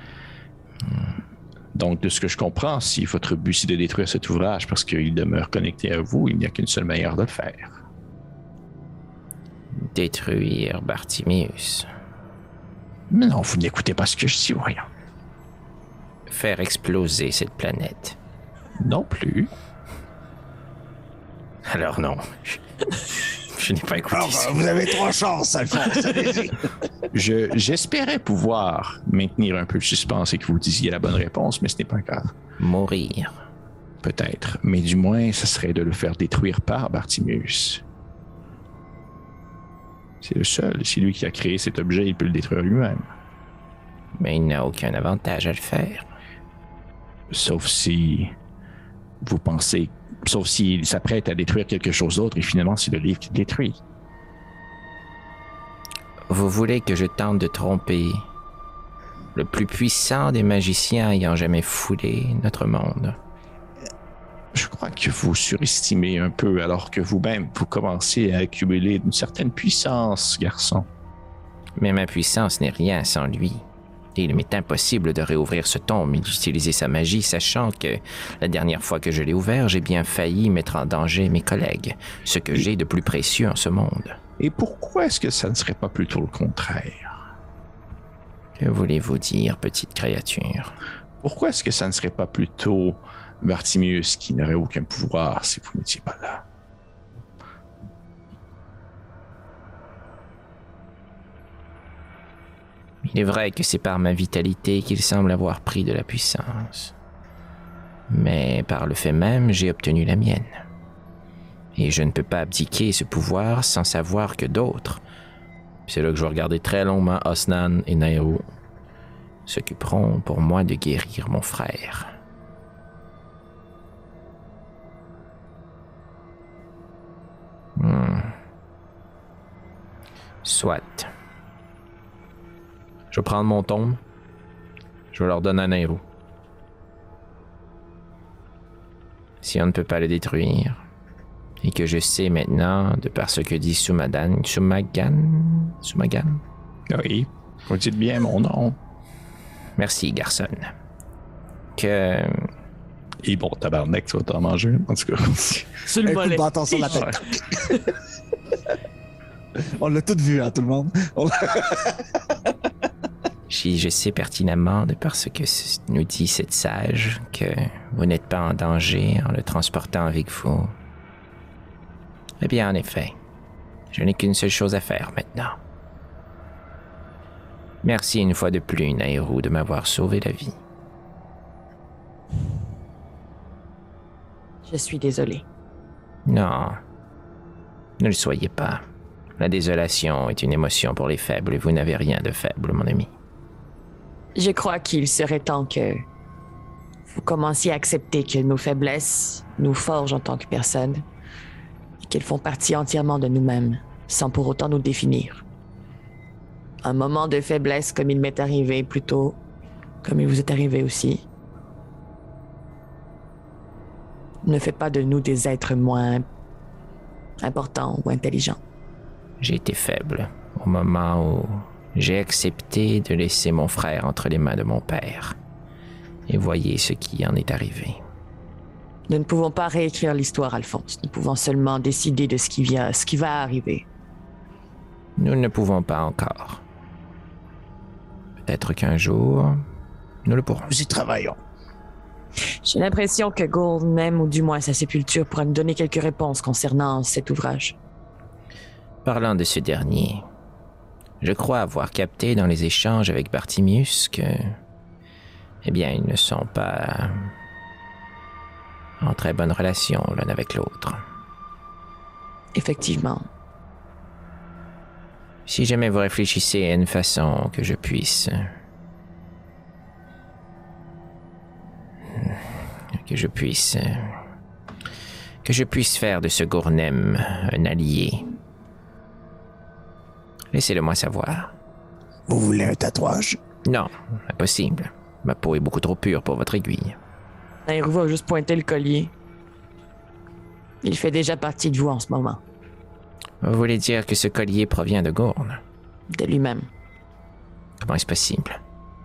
Donc, de ce que je comprends, si votre but c'est de détruire cet ouvrage parce qu'il demeure connecté à vous, il n'y a qu'une seule manière de le faire. Détruire Bartimius. Mais non, vous n'écoutez pas ce que je dis, voyons. Faire exploser cette planète. Non plus. Alors non. Je, je n'ai pas écouté Alors, ça. vous avez trois chances, Alphonse. Allez-y. Je, j'espérais pouvoir maintenir un peu le suspense et que vous disiez la bonne réponse, mais ce n'est pas le cas. Mourir. Peut-être, mais du moins, ce serait de le faire détruire par Bartimius. C'est le seul. C'est lui qui a créé cet objet, il peut le détruire lui-même. Mais il n'a aucun avantage à le faire. Sauf si vous pensez... Sauf s'il s'apprête à détruire quelque chose d'autre et finalement c'est le livre qui le détruit. Vous voulez que je tente de tromper le plus puissant des magiciens ayant jamais foulé notre monde? Je crois que vous surestimez un peu alors que vous-même, vous commencez à accumuler une certaine puissance, garçon. Mais ma puissance n'est rien sans lui. Et il m'est impossible de réouvrir ce tome et d'utiliser sa magie, sachant que la dernière fois que je l'ai ouvert, j'ai bien failli mettre en danger mes collègues, ce que j'ai de plus précieux en ce monde. Et pourquoi est-ce que ça ne serait pas plutôt le contraire? Que voulez-vous dire, petite créature? Pourquoi est-ce que ça ne serait pas plutôt Bartimius qui n'aurait aucun pouvoir si vous n'étiez pas là? Il est vrai que c'est par ma vitalité qu'il semble avoir pris de la puissance. Mais par le fait même, j'ai obtenu la mienne. Et je ne peux pas abdiquer ce pouvoir sans savoir que d'autres, c'est là que je vais regarder très longuement Osnan et Nairo, s'occuperont pour moi de guérir mon frère. Hmm. Soit. Je vais prendre mon tome. Je vais leur donner à Nairo. Si on ne peut pas le détruire, et que je sais maintenant, de par ce que dit Sumadan, Sumagan, Sumagan. Oui, vous dites bien mon nom. Merci, garçon. Que... Et bon, tabarnak, tu vas t'en manger, en tout cas. Sur le Un coup de volet. bâton sur la tête. On l'a tout vu, hein, tout le monde. On l'a- Si je sais pertinemment, de par ce que s- nous dit cette sage, que vous n'êtes pas en danger en le transportant avec vous. Eh bien, en effet, je n'ai qu'une seule chose à faire maintenant. Merci une fois de plus, Nairo, de m'avoir sauvé la vie. Je suis désolé. Non, ne le soyez pas. La désolation est une émotion pour les faibles et vous n'avez rien de faible, mon ami. Je crois qu'il serait temps que vous commenciez à accepter que nos faiblesses nous forgent en tant que personnes et qu'elles font partie entièrement de nous-mêmes, sans pour autant nous définir. Un moment de faiblesse comme il m'est arrivé plus tôt comme il vous est arrivé aussi. Ne faites pas de nous des êtres moins importants ou intelligents. J'ai été faible au moment où j'ai accepté de laisser mon frère entre les mains de mon père. Et voyez ce qui en est arrivé. Nous ne pouvons pas réécrire l'histoire, Alphonse. Nous pouvons seulement décider de ce qui vient, ce qui va arriver. Nous ne pouvons pas encore. Peut-être qu'un jour, nous le pourrons. Nous y travaillons. J'ai l'impression que Gould, même ou du moins sa sépulture, pourra nous donner quelques réponses concernant cet ouvrage. Parlant de ce dernier, je crois avoir capté dans les échanges avec Bartimius que, eh bien, ils ne sont pas en très bonne relation l'un avec l'autre. Effectivement. Si jamais vous réfléchissez à une façon que je puisse... que je puisse... que je puisse faire de ce Gournem un allié, laissez-le moi savoir. Vous voulez un tatouage? Non, impossible. Ma peau est beaucoup trop pure pour votre aiguille. Nairou va juste pointer le collier. Il fait déjà partie de vous en ce moment. Vous voulez dire que ce collier provient de Gourne? De lui-même. Comment est-ce possible?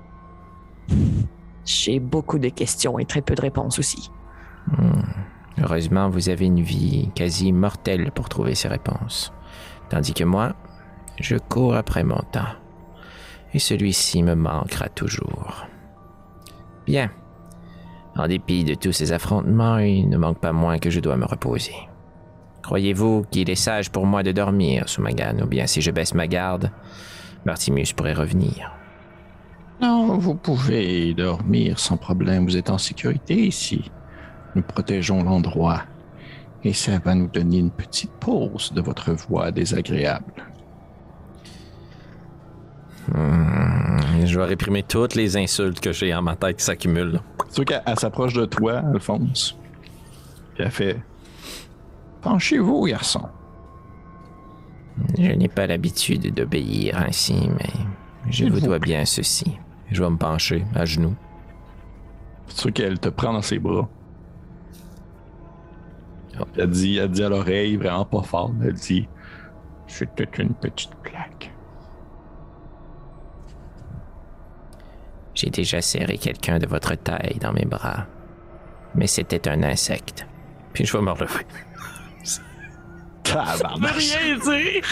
J'ai beaucoup de questions et très peu de réponses aussi. Hmm. Heureusement, vous avez une vie quasi mortelle pour trouver ces réponses. Tandis que moi, je cours après mon temps. Et celui-ci me manquera toujours. Bien. En dépit de tous ces affrontements, il ne manque pas moins que je dois me reposer. Croyez-vous qu'il est sage pour moi de dormir sous ma garde, ou bien si je baisse ma garde, Bartimius pourrait revenir? Non, vous pouvez dormir sans problème. Vous êtes en sécurité ici. Nous protégeons l'endroit. Et ça va nous donner une petite pause de votre voix désagréable. Hmm, je vais réprimer toutes les insultes que j'ai en ma tête qui s'accumulent. C'est sûr qu'elle elle s'approche de toi, Alphonse. Puis elle fait... Penchez-vous, garçon. Je n'ai pas l'habitude d'obéir ainsi, mais je vous dois bien ceci. Je vais me pencher à genoux. C'est sûr qu'elle te prend dans ses bras. Elle dit, elle dit à l'oreille, vraiment pas fort, elle dit « C'était une petite plaque. » J'ai déjà serré quelqu'un de votre taille dans mes bras, mais c'était un insecte. Puis je vais me relever. Tabarnak! Rien dire!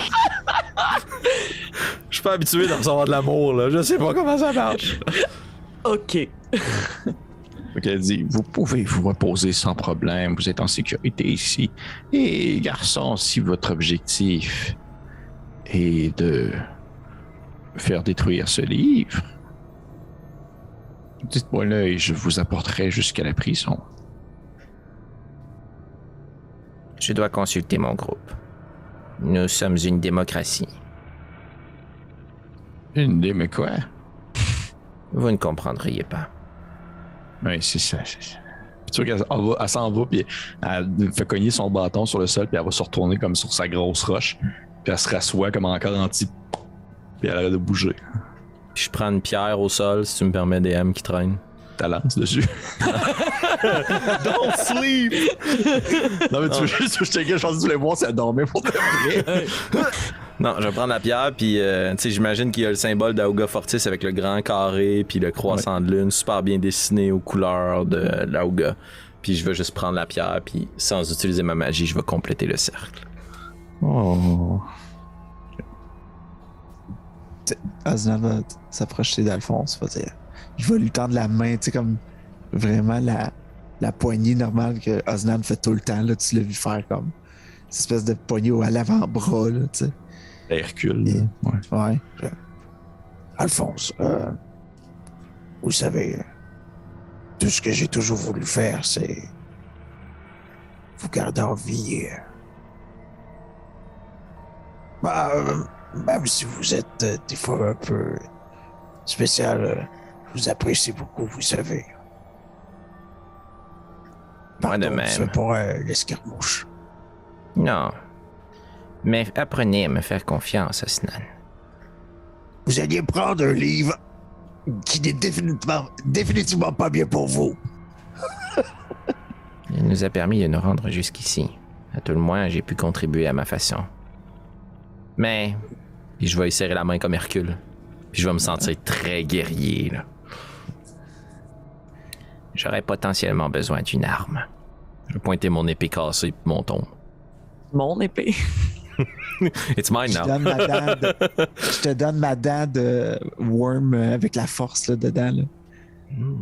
Je suis pas habitué d'en recevoir de l'amour, là. Je sais pas comment ça marche. OK. Donc elle dit, vous pouvez vous reposer sans problème, vous êtes en sécurité ici. Et garçon, si votre objectif est de faire détruire ce livre, dites-moi là et je vous apporterai jusqu'à la prison. Je dois consulter mon groupe. Nous sommes une démocratie. Une idée, mais quoi? Vous ne comprendriez pas. Oui, c'est ça, c'est ça. Puis tu vois qu'elle elle va- elle s'en va, puis elle fait cogner son bâton sur le sol, puis elle va se retourner comme sur sa grosse roche. Puis elle se rassoit comme encore anti. Puis elle arrête de bouger. Puis je prends une pierre au sol, si tu me permets, D M qui traîne. Ta lance dessus. Don't sleep! Non, mais tu veux juste que je te je pense que tu voulais voir si elle dormait pour de vrai. Non, je vais prendre la pierre, puis euh, tu sais, j'imagine qu'il y a le symbole d'Auga Fortis avec le grand carré, puis le croissant de lune, super bien dessiné aux couleurs de l'Auga. Puis je vais juste prendre la pierre, puis sans utiliser ma magie, je vais compléter le cercle. Oh. Osnan va s'approcher d'Alphonse, va dire. Il va lui tendre la main, tu sais, comme vraiment la, la poignée normale que Osnan fait tout le temps. Là, tu l'as vu faire comme cette espèce de poignée à l'avant-bras, là, tu sais. Hercule. Et- Ouais. Ouais. Je- Alphonse, euh, vous savez, euh, tout ce que j'ai toujours voulu faire, c'est vous garder en vie. euh. Bah, euh, même si vous êtes euh, des fois un peu spécial, euh, je vous apprécie beaucoup, vous savez. Moi de Pardon, même. c'est pour euh, l'escarmouche. Non. Mais apprenez à me faire confiance, Osnan. Vous alliez prendre un livre qui n'est définitivement, définitivement pas bien pour vous. Il nous a permis de nous rendre jusqu'ici. À tout le moins, j'ai pu contribuer à ma façon. Mais, puis je vais y serrer la main comme Hercule. Puis je vais me sentir très guerrier, là. J'aurais potentiellement besoin d'une arme. Je vais pointer mon épée cassée et mon ton. Mon épée. It's mine Je now. te donne ma dent de, je te donne ma dent de worm euh, avec la force là, dedans. Là. Mm.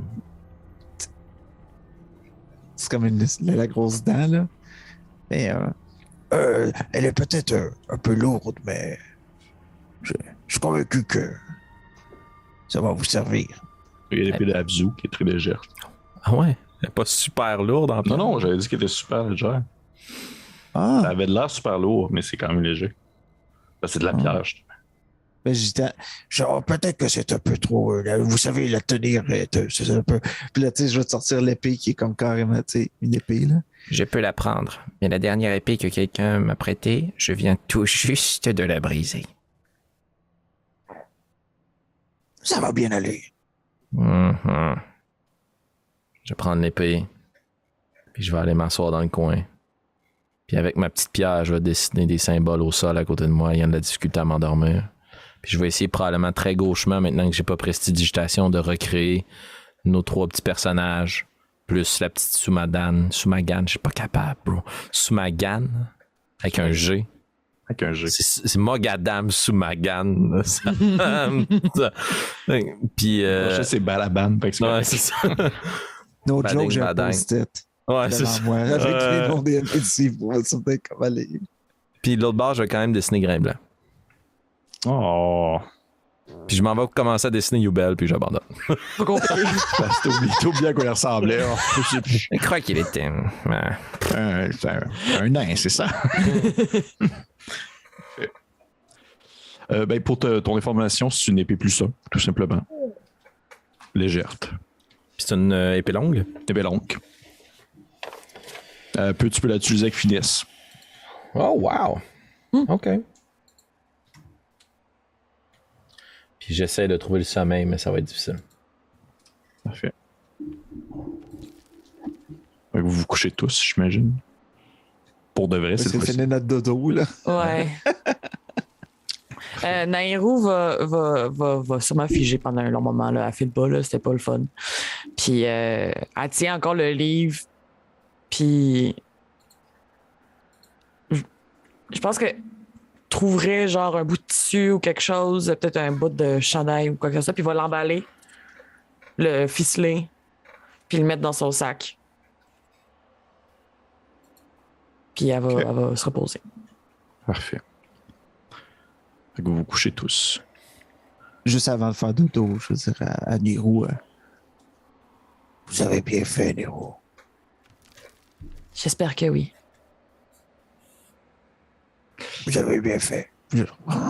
C'est comme une, la, la grosse dent. Là. Mais euh, Euh, elle est peut-être euh, un peu lourde, mais je, je suis convaincu que ça va vous servir. Il y a l'épée de Abzu qui est très légère. Ah ouais? Elle est pas super lourde en plus. Non, non, j'avais dit qu'elle était super légère. ah, Ça avait de l'air super lourd, mais c'est quand même léger. Parce que c'est de la Ah. pierre, je ben, j'étais- Genre, peut-être que c'est un peu trop. euh, là, vous savez, la tenir, est, euh, c'est un peu. Puis là, tu sais, je vais te sortir l'épée qui est comme carrément, tu sais, une épée, là. Je peux la prendre, mais la dernière épée que quelqu'un m'a prêtée, je viens tout juste de la briser. Ça va bien aller. Mhm. Je vais prendre l'épée, puis je vais aller m'asseoir dans le coin. Puis avec ma petite pierre, je vais dessiner des symboles au sol à côté de moi, ayant de la difficulté à m'endormir. Puis je vais essayer probablement très gauchement, maintenant que j'ai pas prestidigitation, de recréer nos trois petits personnages, plus la petite Soumadan, Soumagan, je suis pas capable, bro. Soumagan, avec un G. Avec un G. C'est, c'est Mogadam Soumagan. Ça- ça- Puis... Euh... Je sais, c'est Balaban. fait que c'est Ouais, correct. c'est ça. No Bading, joke, j'ai un bading. post-it Ouais, c'est devant ça. moi avec Euh, les noms des N P C pour me souvenir comment aller. Puis de l'autre bord, je vais quand même dessiner Grain Blanc. Oh. Puis je m'en vais commencer à dessiner Youbel, puis j'abandonne. Pas compris. Parce que t'as oublié, t'as oublié à quoi il ressemblait. Oh, je sais plus. Je crois qu'il était... euh, Un, c'est un, un nain, c'est ça? Euh, ben, pour te- ton information, c'est une épée plus simple, tout simplement. Légère. Puis c'est une euh, épée longue. Épée longue. Euh, peu, tu peux l'utiliser avec finesse. Oh, wow. OK. Puis j'essaie de trouver le sommeil, mais ça va être difficile. Parfait. Fait que vous vous couchez tous, j'imagine. Pour de vrai, C'est c'est fini notre dodo, là. Ouais. Euh, Nairou va, va, va, va sûrement figer pendant un long moment. Là. Elle file pas, là, c'était pas le fun. Puis euh, elle tient encore le livre. Puis je, je pense que trouverait genre un bout de tissu ou quelque chose, peut-être un bout de chandail ou quoi que ce soit, puis va l'emballer, le ficeler, puis le mettre dans son sac. Puis elle va, Ok. elle va se reposer. Parfait. Fait que vous vous couchez tous. Juste avant de faire dodo, je veux dire, à, à Niro. euh, Vous avez bien fait, Nero. J'espère que oui. Vous avez bien fait. je-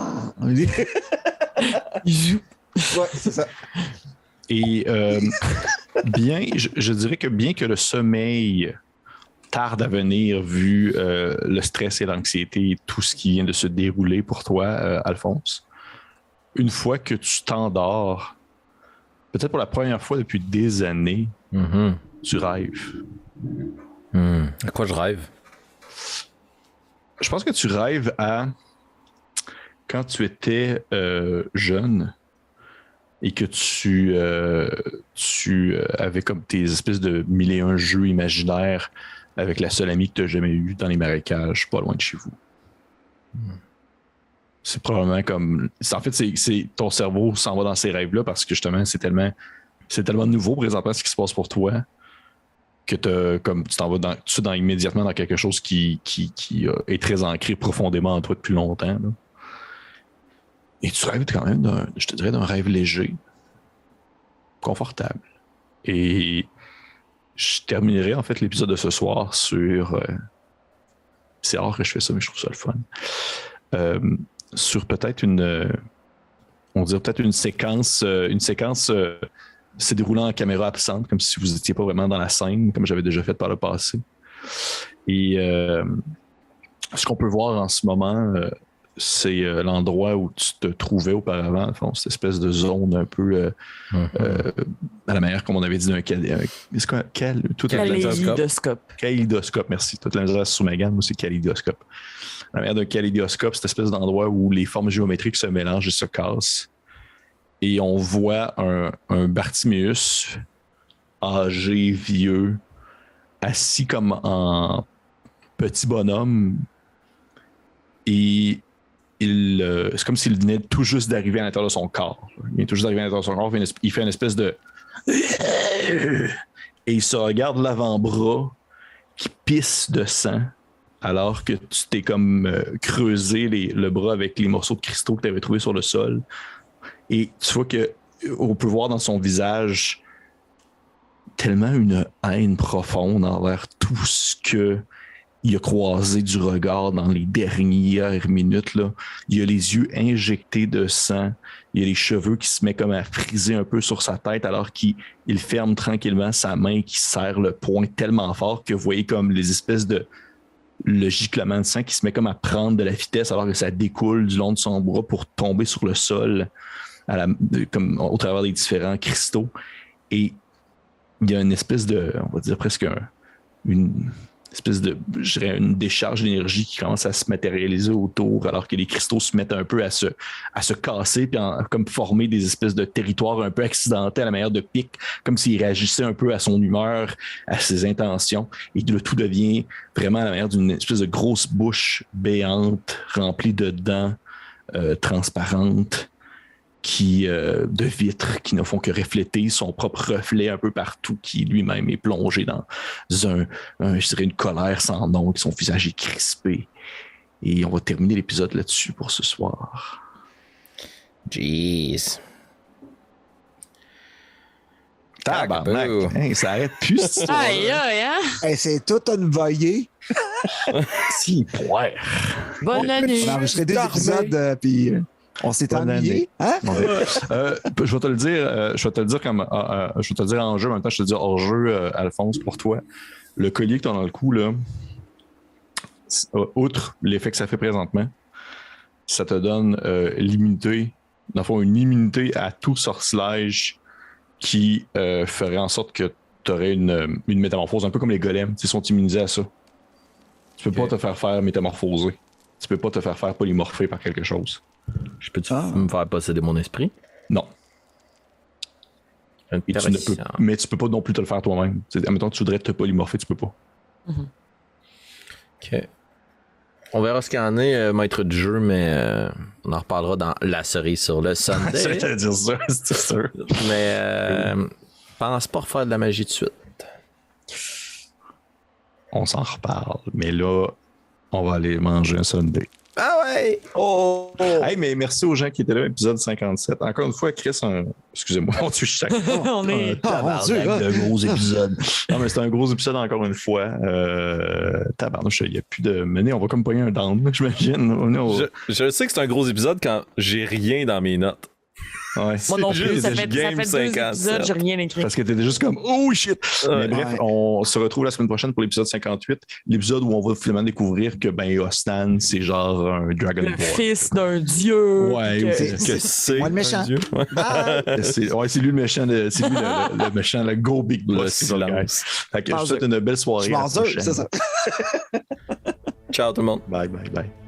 Il joue. ouais, c'est ça. Et euh, bien, je, je dirais que bien que le sommeil tarde à venir vu euh, le stress et l'anxiété et tout ce qui vient de se dérouler pour toi, euh, Alphonse, une fois que tu t'endors, peut-être pour la première fois depuis des années, Mhm. tu rêves. Hmm. À quoi je rêve? Je pense que tu rêves à quand tu étais euh, jeune et que tu, euh, tu euh, avais comme tes espèces de mille et un jeux imaginaires avec la seule amie que tu n'as jamais eue dans les marécages, pas loin de chez vous. C'est probablement comme... c'est- En fait, c'est, c'est ton cerveau s'en va dans ces rêves-là parce que justement, c'est tellement, c'est tellement nouveau présentement ce qui se passe pour toi que t'as, comme, tu t'en vas dans, tu dans, immédiatement dans quelque chose qui, qui, qui euh, est très ancré profondément en toi depuis longtemps. Là. Et tu rêves quand même d'un, je te dirais, d'un rêve léger, confortable. Et je terminerai en fait l'épisode de ce soir sur... euh, c'est rare que je fais ça, mais je trouve ça le fun. Euh, sur peut-être une... euh, on dirait peut-être une séquence... euh, une séquence euh, se déroulant en caméra absente, comme si vous n'étiez pas vraiment dans la scène, comme j'avais déjà fait par le passé. Et euh, ce qu'on peut voir en ce moment, euh, c'est euh, l'endroit où tu te trouvais auparavant, en fond, cette espèce de zone un peu euh, mm-hmm. euh, à la manière, comme on avait dit, d'un kaléidoscope. Kaléidoscope, merci. Toute la misère sous ma gamme, moi, c'est kaléidoscope. À la manière d'un kaléidoscope, cette espèce d'endroit où les formes géométriques se mélangent et se cassent. Et on voit un, un Bartiméus âgé, vieux, assis comme en petit bonhomme. Et il, euh, c'est comme s'il venait tout juste d'arriver à l'intérieur de son corps. Il vient tout juste d'arriver à l'intérieur de son corps, il fait une espèce de... Et il se regarde l'avant-bras qui pisse de sang alors que tu t'es comme euh, creusé les, le bras avec les morceaux de cristaux que tu avais trouvés sur le sol. Et tu vois qu'on peut voir dans son visage tellement une haine profonde envers tout ce que il a croisé du regard dans les dernières minutes. Là. Il a les yeux injectés de sang. Il a les cheveux qui se mettent comme à friser un peu sur sa tête alors qu'il il ferme tranquillement sa main qui serre le poing tellement fort que vous voyez comme les espèces de... le giclement de sang qui se met comme à prendre de la vitesse alors que ça découle du long de son bras pour tomber sur le sol à la, comme au travers des différents cristaux. Et il y a une espèce de, on va dire presque un, une espèce de, je dirais, une décharge d'énergie qui commence à se matérialiser autour alors que les cristaux se mettent un peu à se, à se casser puis en, comme former des espèces de territoires un peu accidentés à la manière de pic, comme s'il réagissait un peu à son humeur, à ses intentions, et le tout devient vraiment à la manière d'une espèce de grosse bouche béante remplie de dents euh, transparentes qui euh, de vitres qui ne font que refléter son propre reflet un peu partout, qui lui-même est plongé dans un, un, je dirais une colère sans nom, que son visage est crispé. Et on va terminer l'épisode là-dessus pour ce soir. Jeez. Tabarnak, hein, ça arrête plus cette histoire. Aïe, aïe, hein? Hey, c'est tout envoyé. Si, poire. Bonne année. On a enregistré deux épisodes, euh, puis euh, on s'est ennuyé. Hein? euh, je vais te le dire, euh, je vais te le dire comme, euh, euh, je vais te le dire en jeu, en même temps, je te le dis hors jeu, euh, Alphonse, pour toi. Le collier que tu as dans le cou, là, euh, outre l'effet que ça fait présentement, ça te donne euh, l'immunité, dans le fond, une immunité à tout sorcelage qui euh, ferait en sorte que tu aurais une, une métamorphose, un peu comme les golems, ils sont immunisés à ça. Tu peux okay. pas te faire faire métamorphoser. Tu peux pas te faire faire polymorpher par quelque chose. Je peux-tu ah. me faire posséder mon esprit? Non. Et tu ne peux, mais tu peux pas non plus te le faire toi-même. Admettons que tu voudrais te polymorpher, tu peux pas. Mm-hmm. OK. On verra ce qu'il y en est, euh, maître du jeu, mais euh, on en reparlera dans la cerise sur le Sunday. Je vais dire ça, c'est sûr. Mais euh, oui. pense pas refaire de la magie de suite. On s'en reparle, mais là, on va aller manger un Sunday. Ah ouais! Oh! Hey, mais merci aux gens qui étaient là, épisode cinquante-sept. Encore une fois, Chris, un... excusez-moi, on tue chaque on est... un tabarnak oh, de gros épisodes. Non, mais c'est un gros épisode encore une fois. Euh... Tabarnak, il n'y a plus de mener. On va comme pogner un down, j'imagine. On... Je, je sais que c'est un gros épisode quand j'ai rien dans mes notes. Ouais, moi non plus, ça fait, ça fait deux épisodes, j'ai rien écrit. Parce que t'étais juste comme « Oh shit! » Mais bref, ouais. on se retrouve la semaine prochaine pour l'épisode cinquante-huit, l'épisode où on va finalement découvrir que ben Ostan, c'est genre un Dragon Ball. Le fils d'un dieu. Ouais, que... c'est, c'est, c'est moi le méchant. Ouais. Ah. c'est, ouais, c'est lui le méchant, de, c'est lui le, le, le méchant, le Go Big Boss. Fait que je te souhaite une belle soirée. Je m'en c'est ça. Ciao tout le monde. Bye, bye, bye.